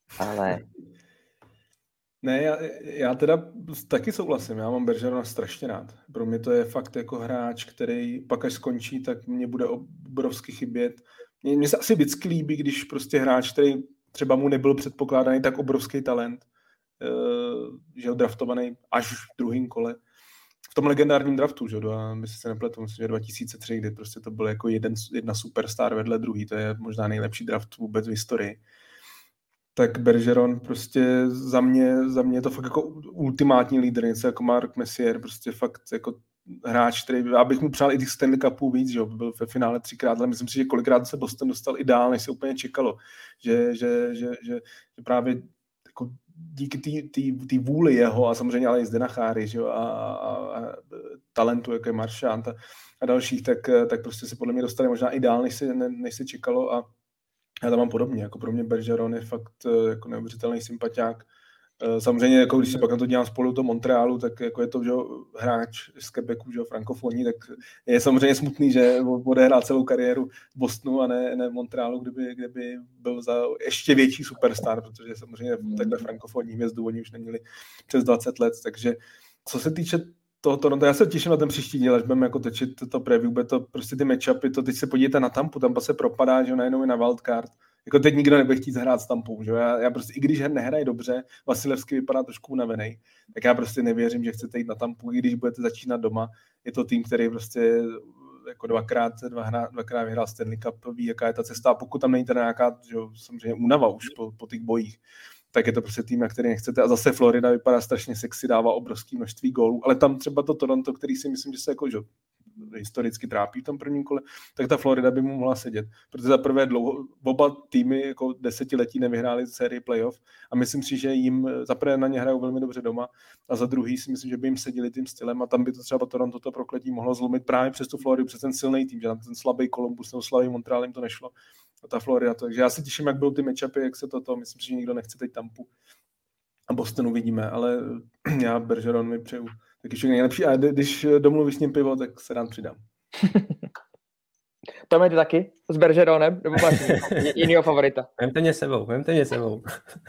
Ne, já teda taky souhlasím, já mám Bergerona strašně rád. Pro mě to je fakt jako hráč, který pak až skončí, tak mě bude obrovsky chybět. Mně se asi vždycky líbí, když prostě hráč, který třeba mu nebyl předpokládaný tak obrovský talent, že ho draftovaný až v druhém kole. V tom legendárním draftu, že myslím se nepletu, myslím, že 2003, kdy prostě to byl jako jedna superstar vedle druhý, to je možná nejlepší draft vůbec v historii. Tak Bergeron prostě za mě je to fakt jako ultimátní lídr, něco jako Marc Messier, prostě fakt jako hráč, který, já bych mu přál i těch Stanley Cupů víc, že byl ve finále 3krát, ale myslím si, že kolikrát se Boston dostal i dál, než se úplně čekalo, že právě jako díky té vůli jeho a samozřejmě ale i Zdena Cháry, že a talentu, jako je Marchand a dalších, tak prostě se podle mě dostali možná i dál, než se čekalo a já tam mám podobně, jako pro mě Bergeron je fakt jako neuvěřitelný sympatiák. Samozřejmě, jako když se pak na to dělám spolu to Montrealu, tak jako je to, že hráč z Quebecu, že frankofonní, tak je samozřejmě smutný, že odehrál celou kariéru v Bostonu a ne v Montrealu, kdyby byl za ještě větší superstar, protože samozřejmě takhle frankofonní hvězdu oni už neměli přes 20 let, takže co se týče toho Toronto, já se těším na ten příští díl, až budeme jako točit to preview, bude to prostě ty matchupy, to teď se podívejte na Tampu, Tampa se propadá, že najednou je na wildcard, jako teď nikdo nebude chtít hrát s Tampou, že já prostě, i když nehraje dobře, Vasilevský vypadá trošku unavený, tak já prostě nevěřím, že chcete jít na Tampu, i když budete začínat doma, je to tým, který prostě jako dvakrát vyhrál Stanley Cup, ví, jaká je ta cesta, a pokud tam není teda nějaká, že samozřejmě únava už po těch bojích, tak je to prostě tým, na který nechcete. A zase Florida vypadá strašně sexy, dává obrovské množství gólů, ale tam třeba to Toronto, který si myslím, že se jako že historicky trápí v tom prvním kole, tak ta Florida by mu mohla sedět. Protože za prvé oba týmy jako desetiletí nevyhráli sérii playoff a myslím si, že jim za prvé na ně hrajou velmi dobře doma a za druhý si myslím, že by jim seděli tím stylem a tam by to třeba Toronto to prokletí mohlo zlomit právě přes tu Floridu, přes ten silný tým, že na ten slabý Columbus nebo slabý Montreal jim to nešlo. A ta Florida, takže já se těším, jak budou ty matchupy, jak se to, myslím si, že nikdo nechce teď Tampu a Boston uvidíme, ale já Bergeron mi přeju taky všechno nejlepší a když domluvíš s ním pivo, tak se rád přidám. To máte taky s Bergeronem, nebo máš jinýho favorita? Vemte mě sebou.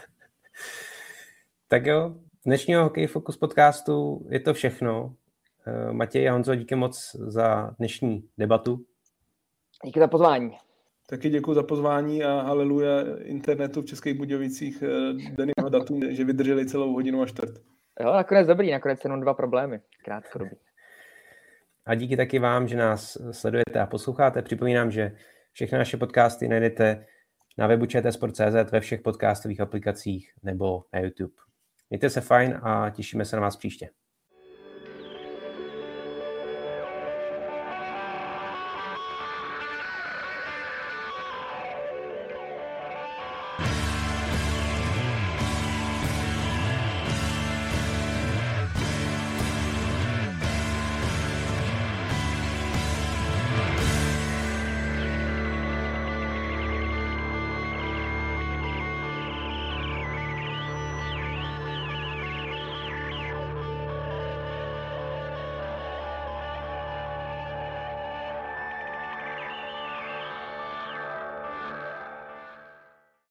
Tak jo, z dnešního Hokej Focus podcastu je to všechno. Matěj a Honzo, díky moc za dnešní debatu. Díky za pozvání. Taky děkuji za pozvání a haleluja internetu v Českých Budějovicích Dennyho datu, že vydrželi celou hodinu a čtvrt. Jo, nakonec dobrý, nakonec jenom 2 problémy. Krátkodobý. A díky taky vám, že nás sledujete a posloucháte. Připomínám, že všechny naše podcasty najdete na webu čtsport.cz, ve všech podcastových aplikacích nebo na YouTube. Mějte se fajn a těšíme se na vás příště.